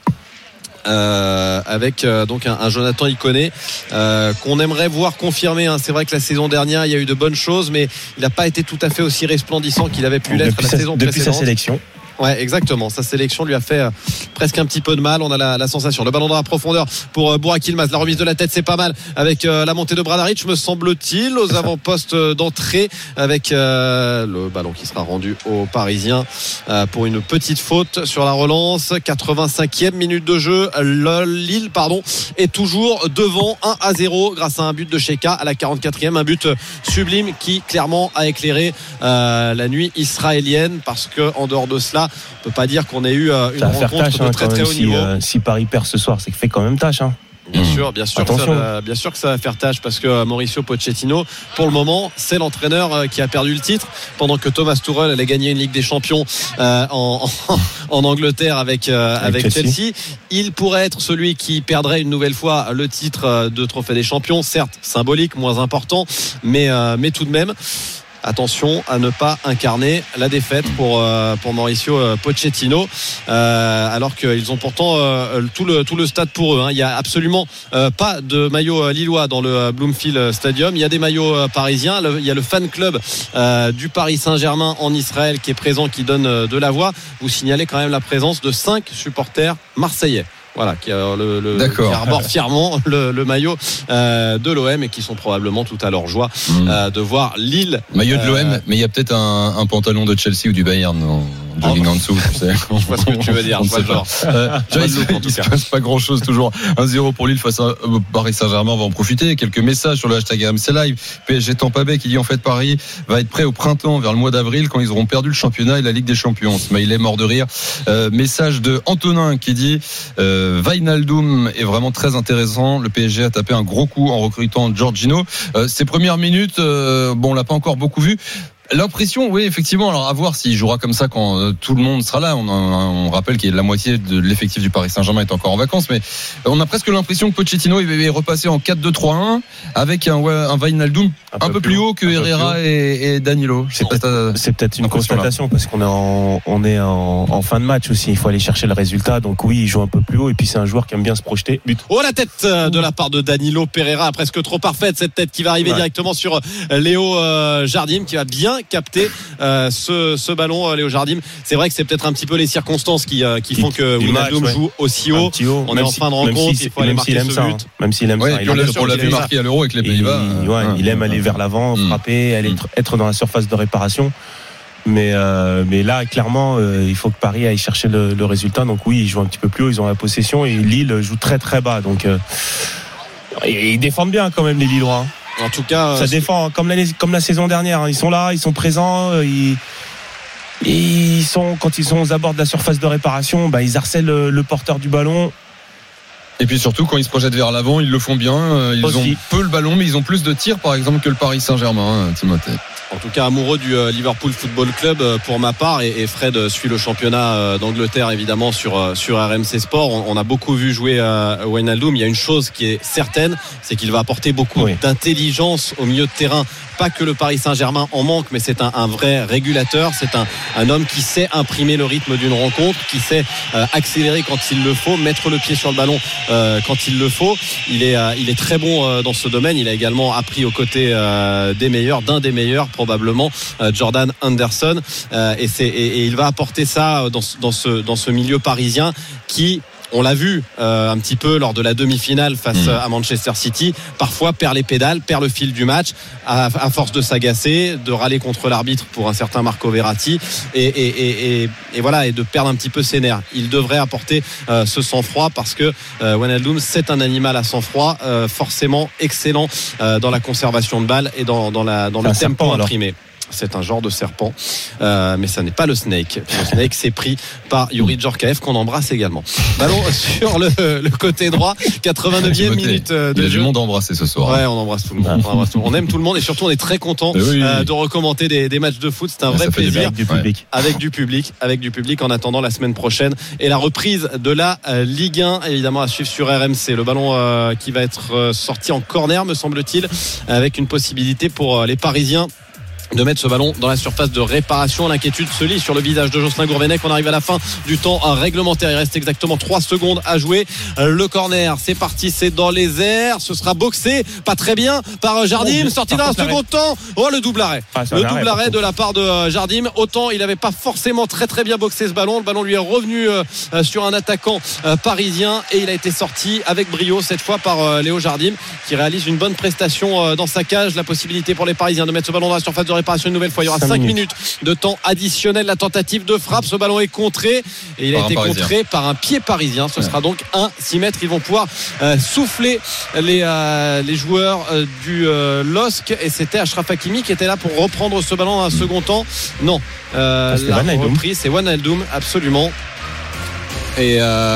Avec donc un Jonathan Iconé qu'on aimerait voir confirmer, hein. C'est vrai que la saison dernière il y a eu de bonnes choses, mais il n'a pas été tout à fait aussi resplendissant qu'il avait pu l'être la saison précédente. Depuis sa sélection. Ouais, exactement. Sa sélection lui a fait presque un petit peu de mal. On a la sensation. Le ballon dans la profondeur pour Burak Yilmaz. La remise de la tête, c'est pas mal avec la montée de Bradaric, me semble-t-il, aux avant-postes d'entrée avec le ballon qui sera rendu aux Parisiens pour une petite faute sur la relance. 85e minute de jeu. Lille, est toujours devant 1-0 grâce à un but de Cheka à la 44e. Un but sublime qui clairement a éclairé la nuit israélienne, parce que en dehors de cela, on peut pas dire qu'on ait eu une rencontre de très très haut niveau. Si Paris perd ce soir, c'est que fait quand même tâche, hein. Bien sûr que ça va faire tâche, parce que Mauricio Pochettino, pour le moment, c'est l'entraîneur qui a perdu le titre, pendant que Thomas Tuchel allait gagner une Ligue des Champions en Angleterre avec Chelsea. Il pourrait être celui qui perdrait une nouvelle fois le titre de Trophée des Champions, certes symbolique, moins important, mais tout de même. attention à ne pas incarner la défaite pour Mauricio Pochettino, alors qu'ils ont pourtant tout le stade pour eux. Il n'y a absolument pas de maillot lillois dans le Bloomfield Stadium. Il y a des maillots parisiens. Il y a le fan club du Paris Saint-Germain en Israël qui est présent, qui donne de la voix. Vous signalez quand même la présence de 5 supporters marseillais. Voilà, qui arborent fièrement le maillot de l'OM et qui sont probablement tout à leur joie de voir Lille. Maillot de l'OM, mais il y a peut-être un pantalon de Chelsea ou du Bayern jogging en dessous, tu sais. Je vois ce que tu veux dire. Il se passe pas grand chose toujours. 1-0 pour Lille face à Paris Saint-Germain. On va en profiter. Quelques messages sur le hashtag RMC Live. PSG Tampa Bay qui dit en fait Paris va être prêt au printemps vers le mois d'avril quand ils auront perdu le championnat et la Ligue des Champions. Il est mort de rire. Message de Antonin qui dit Wijnaldum est vraiment très intéressant. Le PSG a tapé un gros coup en recrutant Jorginho. Ses premières minutes, on l'a pas encore beaucoup vu. L'impression, oui, effectivement. Alors, à voir s'il jouera comme ça quand tout le monde sera là. On rappelle qu'il y a la moitié de l'effectif du Paris Saint-Germain est encore en vacances, mais on a presque l'impression que Pochettino est repassé en 4-2-3-1 avec un Wijnaldum un peu plus haut que Herrera et Danilo. C'est peut-être une constatation parce qu'on est en fin de match aussi. Il faut aller chercher le résultat. Donc oui, il joue un peu plus haut et puis c'est un joueur qui aime bien se projeter. But. Oh, la tête de la part de Danilo Pereira, presque trop parfaite cette tête qui va arriver directement sur Léo Jardim, qui va bien capter ce ballon. Léo Jardim, c'est vrai que c'est peut-être un petit peu les circonstances qui font que Wijnaldum joue aussi haut. On est en fin de rencontre, il faut aller marquer ce but. Même s'il aime ça, on l'a vu marquer à l'Euro avec les Pays-Bas. Il aime aller vers l'avant, frapper, être dans la surface de réparation. Mais là, clairement, il faut que Paris aille chercher le résultat. Donc oui, ils jouent un petit peu plus haut, ils ont la possession et Lille joue très très bas. Donc ils défendent bien quand même les Lillois. En tout cas, ça défend comme la saison dernière. Ils sont là, ils sont présents. Quand ils sont aux abords de la surface de réparation, ils harcèlent le porteur du ballon. Et puis surtout quand ils se projettent vers l'avant, ils le font bien. Ils ont peu le ballon, mais ils ont plus de tirs, par exemple, que le Paris Saint-Germain. Timothée. En tout cas, amoureux du Liverpool Football Club pour ma part, et Fred suit le championnat d'Angleterre évidemment sur RMC Sport. On a beaucoup vu jouer Wijnaldum. Il y a une chose qui est certaine, c'est qu'il va apporter beaucoup d'intelligence au milieu de terrain. Pas que le Paris Saint-Germain en manque, mais c'est un vrai régulateur. C'est un homme qui sait imprimer le rythme d'une rencontre, qui sait accélérer quand il le faut, mettre le pied sur le ballon quand il le faut. Il est très bon dans ce domaine. Il a également appris aux côtés des meilleurs, d'un des meilleurs probablement, Jordan Henderson, et il va apporter ça dans ce milieu parisien qui, on l'a vu un petit peu lors de la demi-finale face à Manchester City, parfois perd les pédales, perd le fil du match à force de s'agacer, de râler contre l'arbitre pour un certain Marco Verratti et voilà, et de perdre un petit peu ses nerfs. Il devrait apporter ce sang-froid parce que Wijnaldum, c'est un animal à sang-froid, forcément excellent dans la conservation de balles et dans le tempo imprimé. C'est un genre de serpent, mais ça n'est pas le Snake. Le Snake s'est pris par Youri Djorkaeff, qu'on embrasse également. Ballon sur le côté droit, 89e minute de jeu. Il y a du monde à embrasser ce soir. Ouais, on embrasse tout le monde. On aime tout le monde et surtout on est très content de recommander des matchs de foot. C'est un vrai plaisir. Avec du public en attendant la semaine prochaine et la reprise de la Ligue 1, évidemment à suivre sur RMC. Le ballon qui va être sorti en corner, me semble-t-il, avec une possibilité pour les Parisiens de mettre ce ballon dans la surface de réparation. L'inquiétude se lit sur le visage de Jocelyn Gourvenec. On arrive à la fin du temps réglementaire. Il reste exactement 3 secondes à jouer. Le corner, c'est parti, c'est dans les airs. Ce sera boxé, pas très bien, par Jardim. Sorti dans un second temps. Oh, le double arrêt. Le double arrêt de la part de Jardim. Autant il n'avait pas forcément très très bien boxé ce ballon. Le ballon lui est revenu sur un attaquant parisien et il a été sorti avec brio cette fois par Léo Jardim, qui réalise une bonne prestation dans sa cage. La possibilité pour les Parisiens de mettre ce ballon dans la surface de réparation une nouvelle fois. Il y aura 5 minutes de temps additionnel. La tentative de frappe, ce ballon est contré et il a été contré par un pied parisien. Ce sera donc un 6 mètres. Ils vont pouvoir souffler les joueurs du LOSC, et c'était Achraf Hakimi qui était là pour reprendre ce ballon dans un second temps. Non, la reprise, c'est Wijnaldum, absolument. Et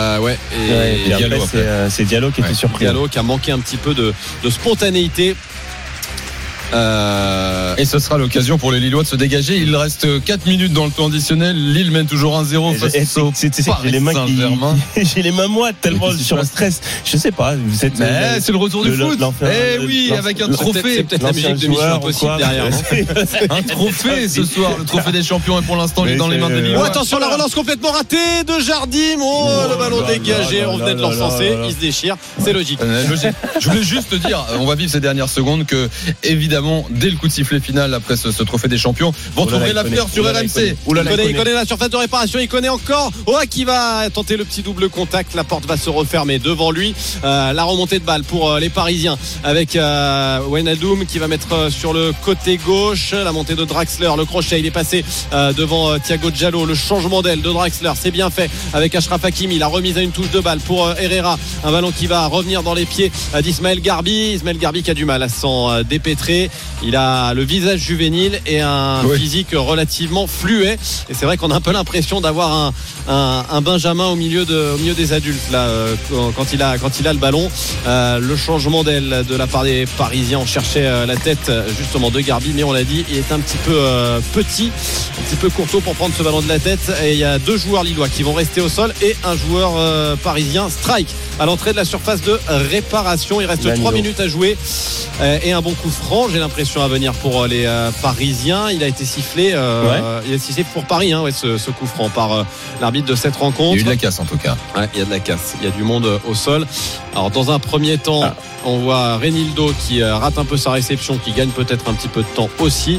Diallo, c'est Diallo qui était surpris. Diallo qui a manqué un petit peu de spontanéité. Et ce sera l'occasion pour les Lillois de se dégager. Il reste 4 minutes dans le temps additionnel. Lille mène toujours 1-0 face au Paris Saint-Germain. J'ai les mains moites tellement je suis en stress. Je sais pas. Vous êtes. C'est le retour du foot. Oui, avec un trophée. C'est peut-être la musique de Mission Impossible derrière. Un trophée ce soir. Le trophée des champions est pour l'instant dans les mains des Lillois. Attention, la relance complètement ratée de Jardim. Le ballon dégagé. On venait de l'encenser. Il se déchire. C'est logique. Je voulais juste te dire, on va vivre ces dernières secondes que, évidemment, dès le coup de sifflet final après ce trophée des champions, vous retrouverez l'after sur RMC. Il connaît la surface de réparation. Il connaît encore. Qui va tenter le petit double contact. La porte va se refermer devant lui. La remontée de balle pour les Parisiens avec Wijnaldum qui va mettre sur le côté gauche. La montée de Draxler. Le crochet, il est passé devant Thiago Diallo. Le changement d'aile de Draxler, c'est bien fait avec Achraf Hakimi. La remise à une touche de balle pour Herrera. Un ballon qui va revenir dans les pieds d'Ismaël Garbi. Ismaël Garbi qui a du mal à s'en dépêtrer. Il a le visage juvénile et un physique relativement fluet. Et c'est vrai qu'on a un peu l'impression d'avoir un Benjamin au milieu des adultes là, quand il a le ballon. Le changement d'aile de la part des Parisiens. On cherchait la tête justement de Garbi, mais on l'a dit, il est un petit peu petit, un petit peu courtois pour prendre ce ballon de la tête. Et il y a 2 joueurs lillois qui vont rester au sol et un joueur parisien strike à l'entrée de la surface de réparation. Il reste 3 minutes à jouer et un bon coup franc, j'ai l'impression, à venir pour les Parisiens. Il a été sifflé il a sifflé pour Paris ce coup franc par l'arbitre de cette rencontre. Il y a eu de la casse en tout cas. Il y a de la casse, il y a du monde au sol. Alors dans un premier temps on voit Renildo qui rate un peu sa réception, qui gagne peut-être un petit peu de temps aussi.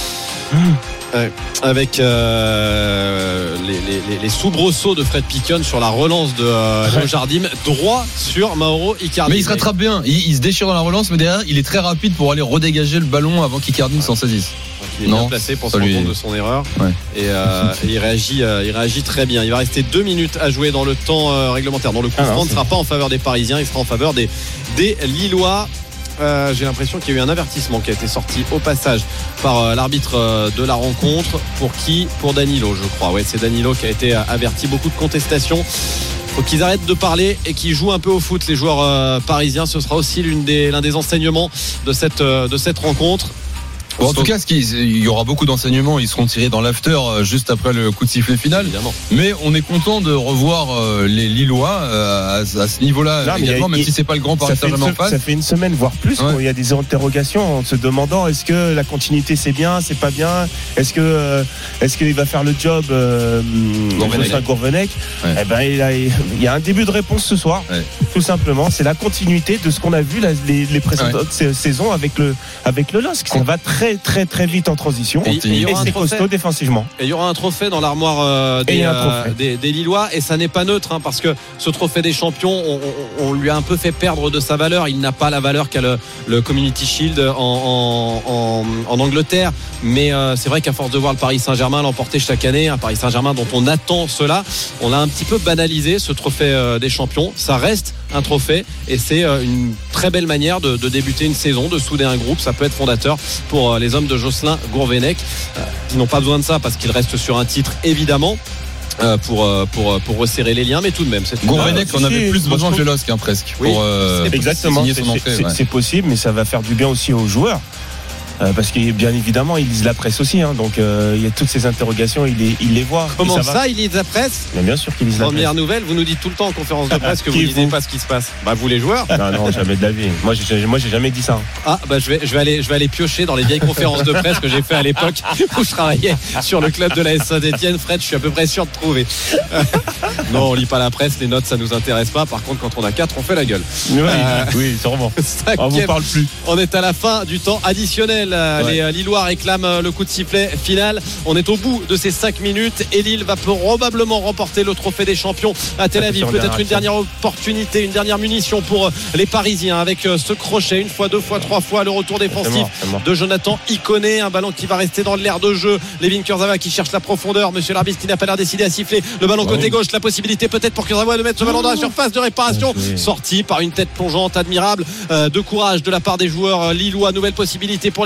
Avec les soubresauts de Fred Piquion sur la relance de Jardim, droit sur Mauro Icardi. Mais il se rattrape bien, il se déchire dans la relance, mais derrière il est très rapide pour aller redégager le ballon avant qu'Icardi ne s'en saisisse. Il est bien placé pour se rendre compte de son erreur. Et il réagit très bien. Il va rester 2 minutes à jouer dans le temps réglementaire. Donc le coup franc ne sera pas en faveur des Parisiens, il sera en faveur des Lillois. J'ai l'impression qu'il y a eu un avertissement qui a été sorti au passage par l'arbitre de la rencontre. Pour Danilo, je crois. C'est Danilo qui a été averti. Beaucoup de contestations. Faut qu'ils arrêtent de parler et qu'ils jouent un peu au foot, les joueurs parisiens. Ce sera aussi l'un des enseignements de cette rencontre. Bon, en tout cas, il y aura beaucoup d'enseignements. Ils seront tirés dans l'after juste après le coup de sifflet final. Évidemment. Mais on est content de revoir les Lillois à ce niveau-là également, même si c'est pas le grand Paris Saint-Germain en face. Ça fait une semaine, voire plus, où il y a des interrogations en se demandant est-ce que la continuité c'est bien, c'est pas bien, est-ce qu'il va faire le job Gourvenec. Il y a un début de réponse ce soir, tout simplement. C'est la continuité de ce qu'on a vu les précédentes saisons avec le LOSC. Ça va très très très vite en transition et c'est costaud défensivement. Et il y aura un trophée dans l'armoire des Lillois, et ça n'est pas neutre parce que ce trophée des champions, on lui a un peu fait perdre de sa valeur. Il n'a pas la valeur qu'a le Community Shield en Angleterre, mais c'est vrai qu'à force de voir le Paris Saint-Germain l'emporter chaque année, un Paris Saint-Germain dont on attend cela, on a un petit peu banalisé ce trophée des champions. Ça reste un trophée et c'est une très belle manière de débuter une saison, de souder un groupe. Ça peut être fondateur pour les hommes de Jocelyn Gourvenec, qui n'ont pas besoin de ça parce qu'ils restent sur un titre évidemment, pour resserrer les liens, mais tout de même Gourvenec en avait plus besoin que le LOSC presque pour exactement signer son entrée. C'est possible, mais ça va faire du bien aussi aux joueurs. Parce que bien évidemment ils lisent la presse aussi, donc il y a toutes ces interrogations, ils les voient. Comment ça ils lisent la presse? Mais bien sûr qu'ils lisent la presse. Première nouvelle, vous nous dites tout le temps en conférence de presse que vous lisez pas ce qui se passe. Vous les joueurs? Non, jamais de la vie. Moi j'ai jamais dit ça. Je vais aller piocher dans les vieilles conférences de presse que j'ai fait à l'époque où je travaillais sur le club de la S Saint-Etienne. Fred, je suis à peu près sûr de trouver. Non, on lit pas la presse, les notes ça nous intéresse pas. Par contre, quand on a 4, on fait la gueule. Oui, sûrement. On vous parle plus. On est à la fin du temps additionnel. Les Lillois réclament le coup de sifflet final. On est au bout de ces 5 minutes et Lille va probablement remporter le trophée des champions à Tel Aviv. Peut-être une dernière opportunité, une dernière munition pour les Parisiens avec ce crochet, 1 fois, 2 fois, 3 fois, le retour défensif de Jonathan Iconé, un ballon qui va rester dans l'air de jeu. Levin Kurzawa qui cherche la profondeur, monsieur l'arbitre qui n'a pas l'air décidé à siffler le ballon côté gauche. La possibilité peut-être pour Kurzawa de mettre ce ballon dans la surface de réparation, sorti par une tête plongeante admirable, de courage de la part des joueurs lillois. Nouvelle possibilité pour les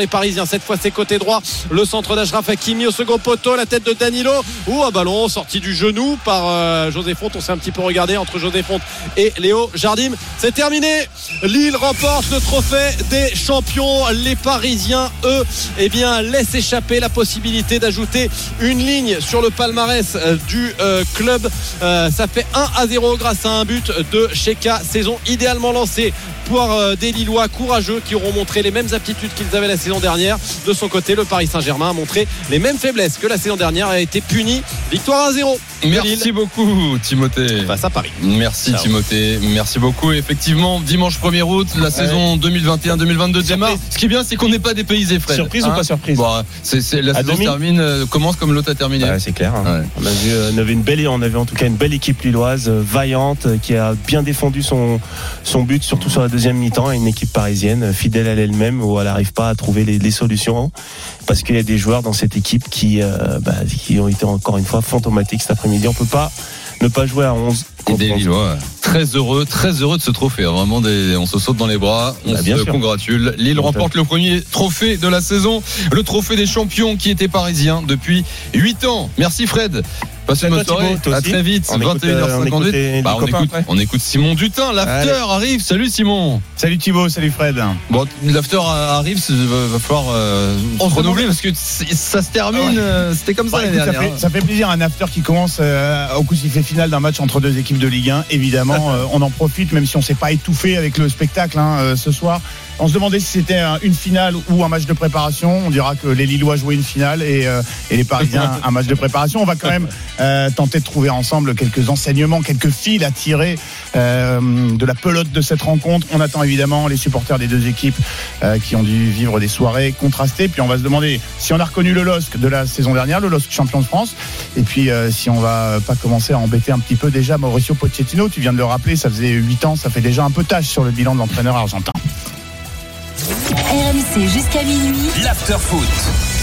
les Parisiens. Cette fois c'est côté droit, le centre d'Achraf Hakimi au second poteau, la tête de Danilo, ou un ballon sorti du genou par José Fonte. On s'est un petit peu regardé entre José Fonte et Léo Jardim. C'est terminé, Lille remporte le trophée des champions. Les Parisiens, eux, eh bien, laissent échapper la possibilité d'ajouter une ligne sur le palmarès du club. Ça fait 1-0 grâce à un but de Cheka. Saison idéalement lancée pour des Lillois courageux qui auront montré les mêmes aptitudes qu'ils avaient la saison dernière. De son côté, le Paris Saint-Germain a montré les mêmes faiblesses que la saison dernière et a été puni. Victoire 1-0. Merci beaucoup Timothée. Face à Paris. Merci Ciao. Timothée. Merci beaucoup. Effectivement, dimanche 1er août, la saison 2021-2022 démarre. Ce qui est bien, c'est qu'on n'est pas dépaysé, Fred. Surprise ou pas surprise? Bon, la saison commence comme l'autre a terminé. Ouais, c'est clair. Ouais. On avait en tout cas une belle équipe lilloise, vaillante, qui a bien défendu son but, surtout sur la deuxième mi-temps, et une équipe parisienne fidèle à elle-même où elle n'arrive pas à trouver les solutions, parce qu'il y a des joueurs dans cette équipe qui ont été encore une fois fantomatiques cet après-midi. On peut pas ne pas jouer à 11. Et des Lillois, très heureux de ce trophée. Vraiment, on se saute dans les bras, on se congratule. Lille remporte le premier trophée de la saison, le trophée des champions qui était parisien depuis 8 ans. Merci Fred. Passez une bonne soirée. À très vite. 21h58. On écoute Simon Dutin. L'after arrive. Salut Simon. Salut Thibaut. Salut Fred. Bon, l'after arrive. Va falloir renouveler parce que ça se termine. C'était comme ça l'année dernière. Ça fait plaisir, un after qui commence au coup sifflet final d'un match entre deux équipes de Ligue 1. Évidemment, on en profite, même si on ne s'est pas étouffé avec le spectacle ce soir. On se demandait si c'était une finale ou un match de préparation. On dira que les Lillois jouaient une finale et les Parisiens un match de préparation. On va quand même tenter de trouver ensemble quelques enseignements, quelques fils à tirer de la pelote de cette rencontre. On attend évidemment les supporters des deux équipes qui ont dû vivre des soirées contrastées. Puis on va se demander si on a reconnu le LOSC de la saison dernière, le LOSC champion de France. Et puis si on va pas commencer à embêter un petit peu déjà Mauricio Pochettino. Tu viens de le rappeler, ça faisait 8 ans, ça fait déjà un peu tâche sur le bilan de l'entraîneur argentin. RMC jusqu'à minuit. L'after foot.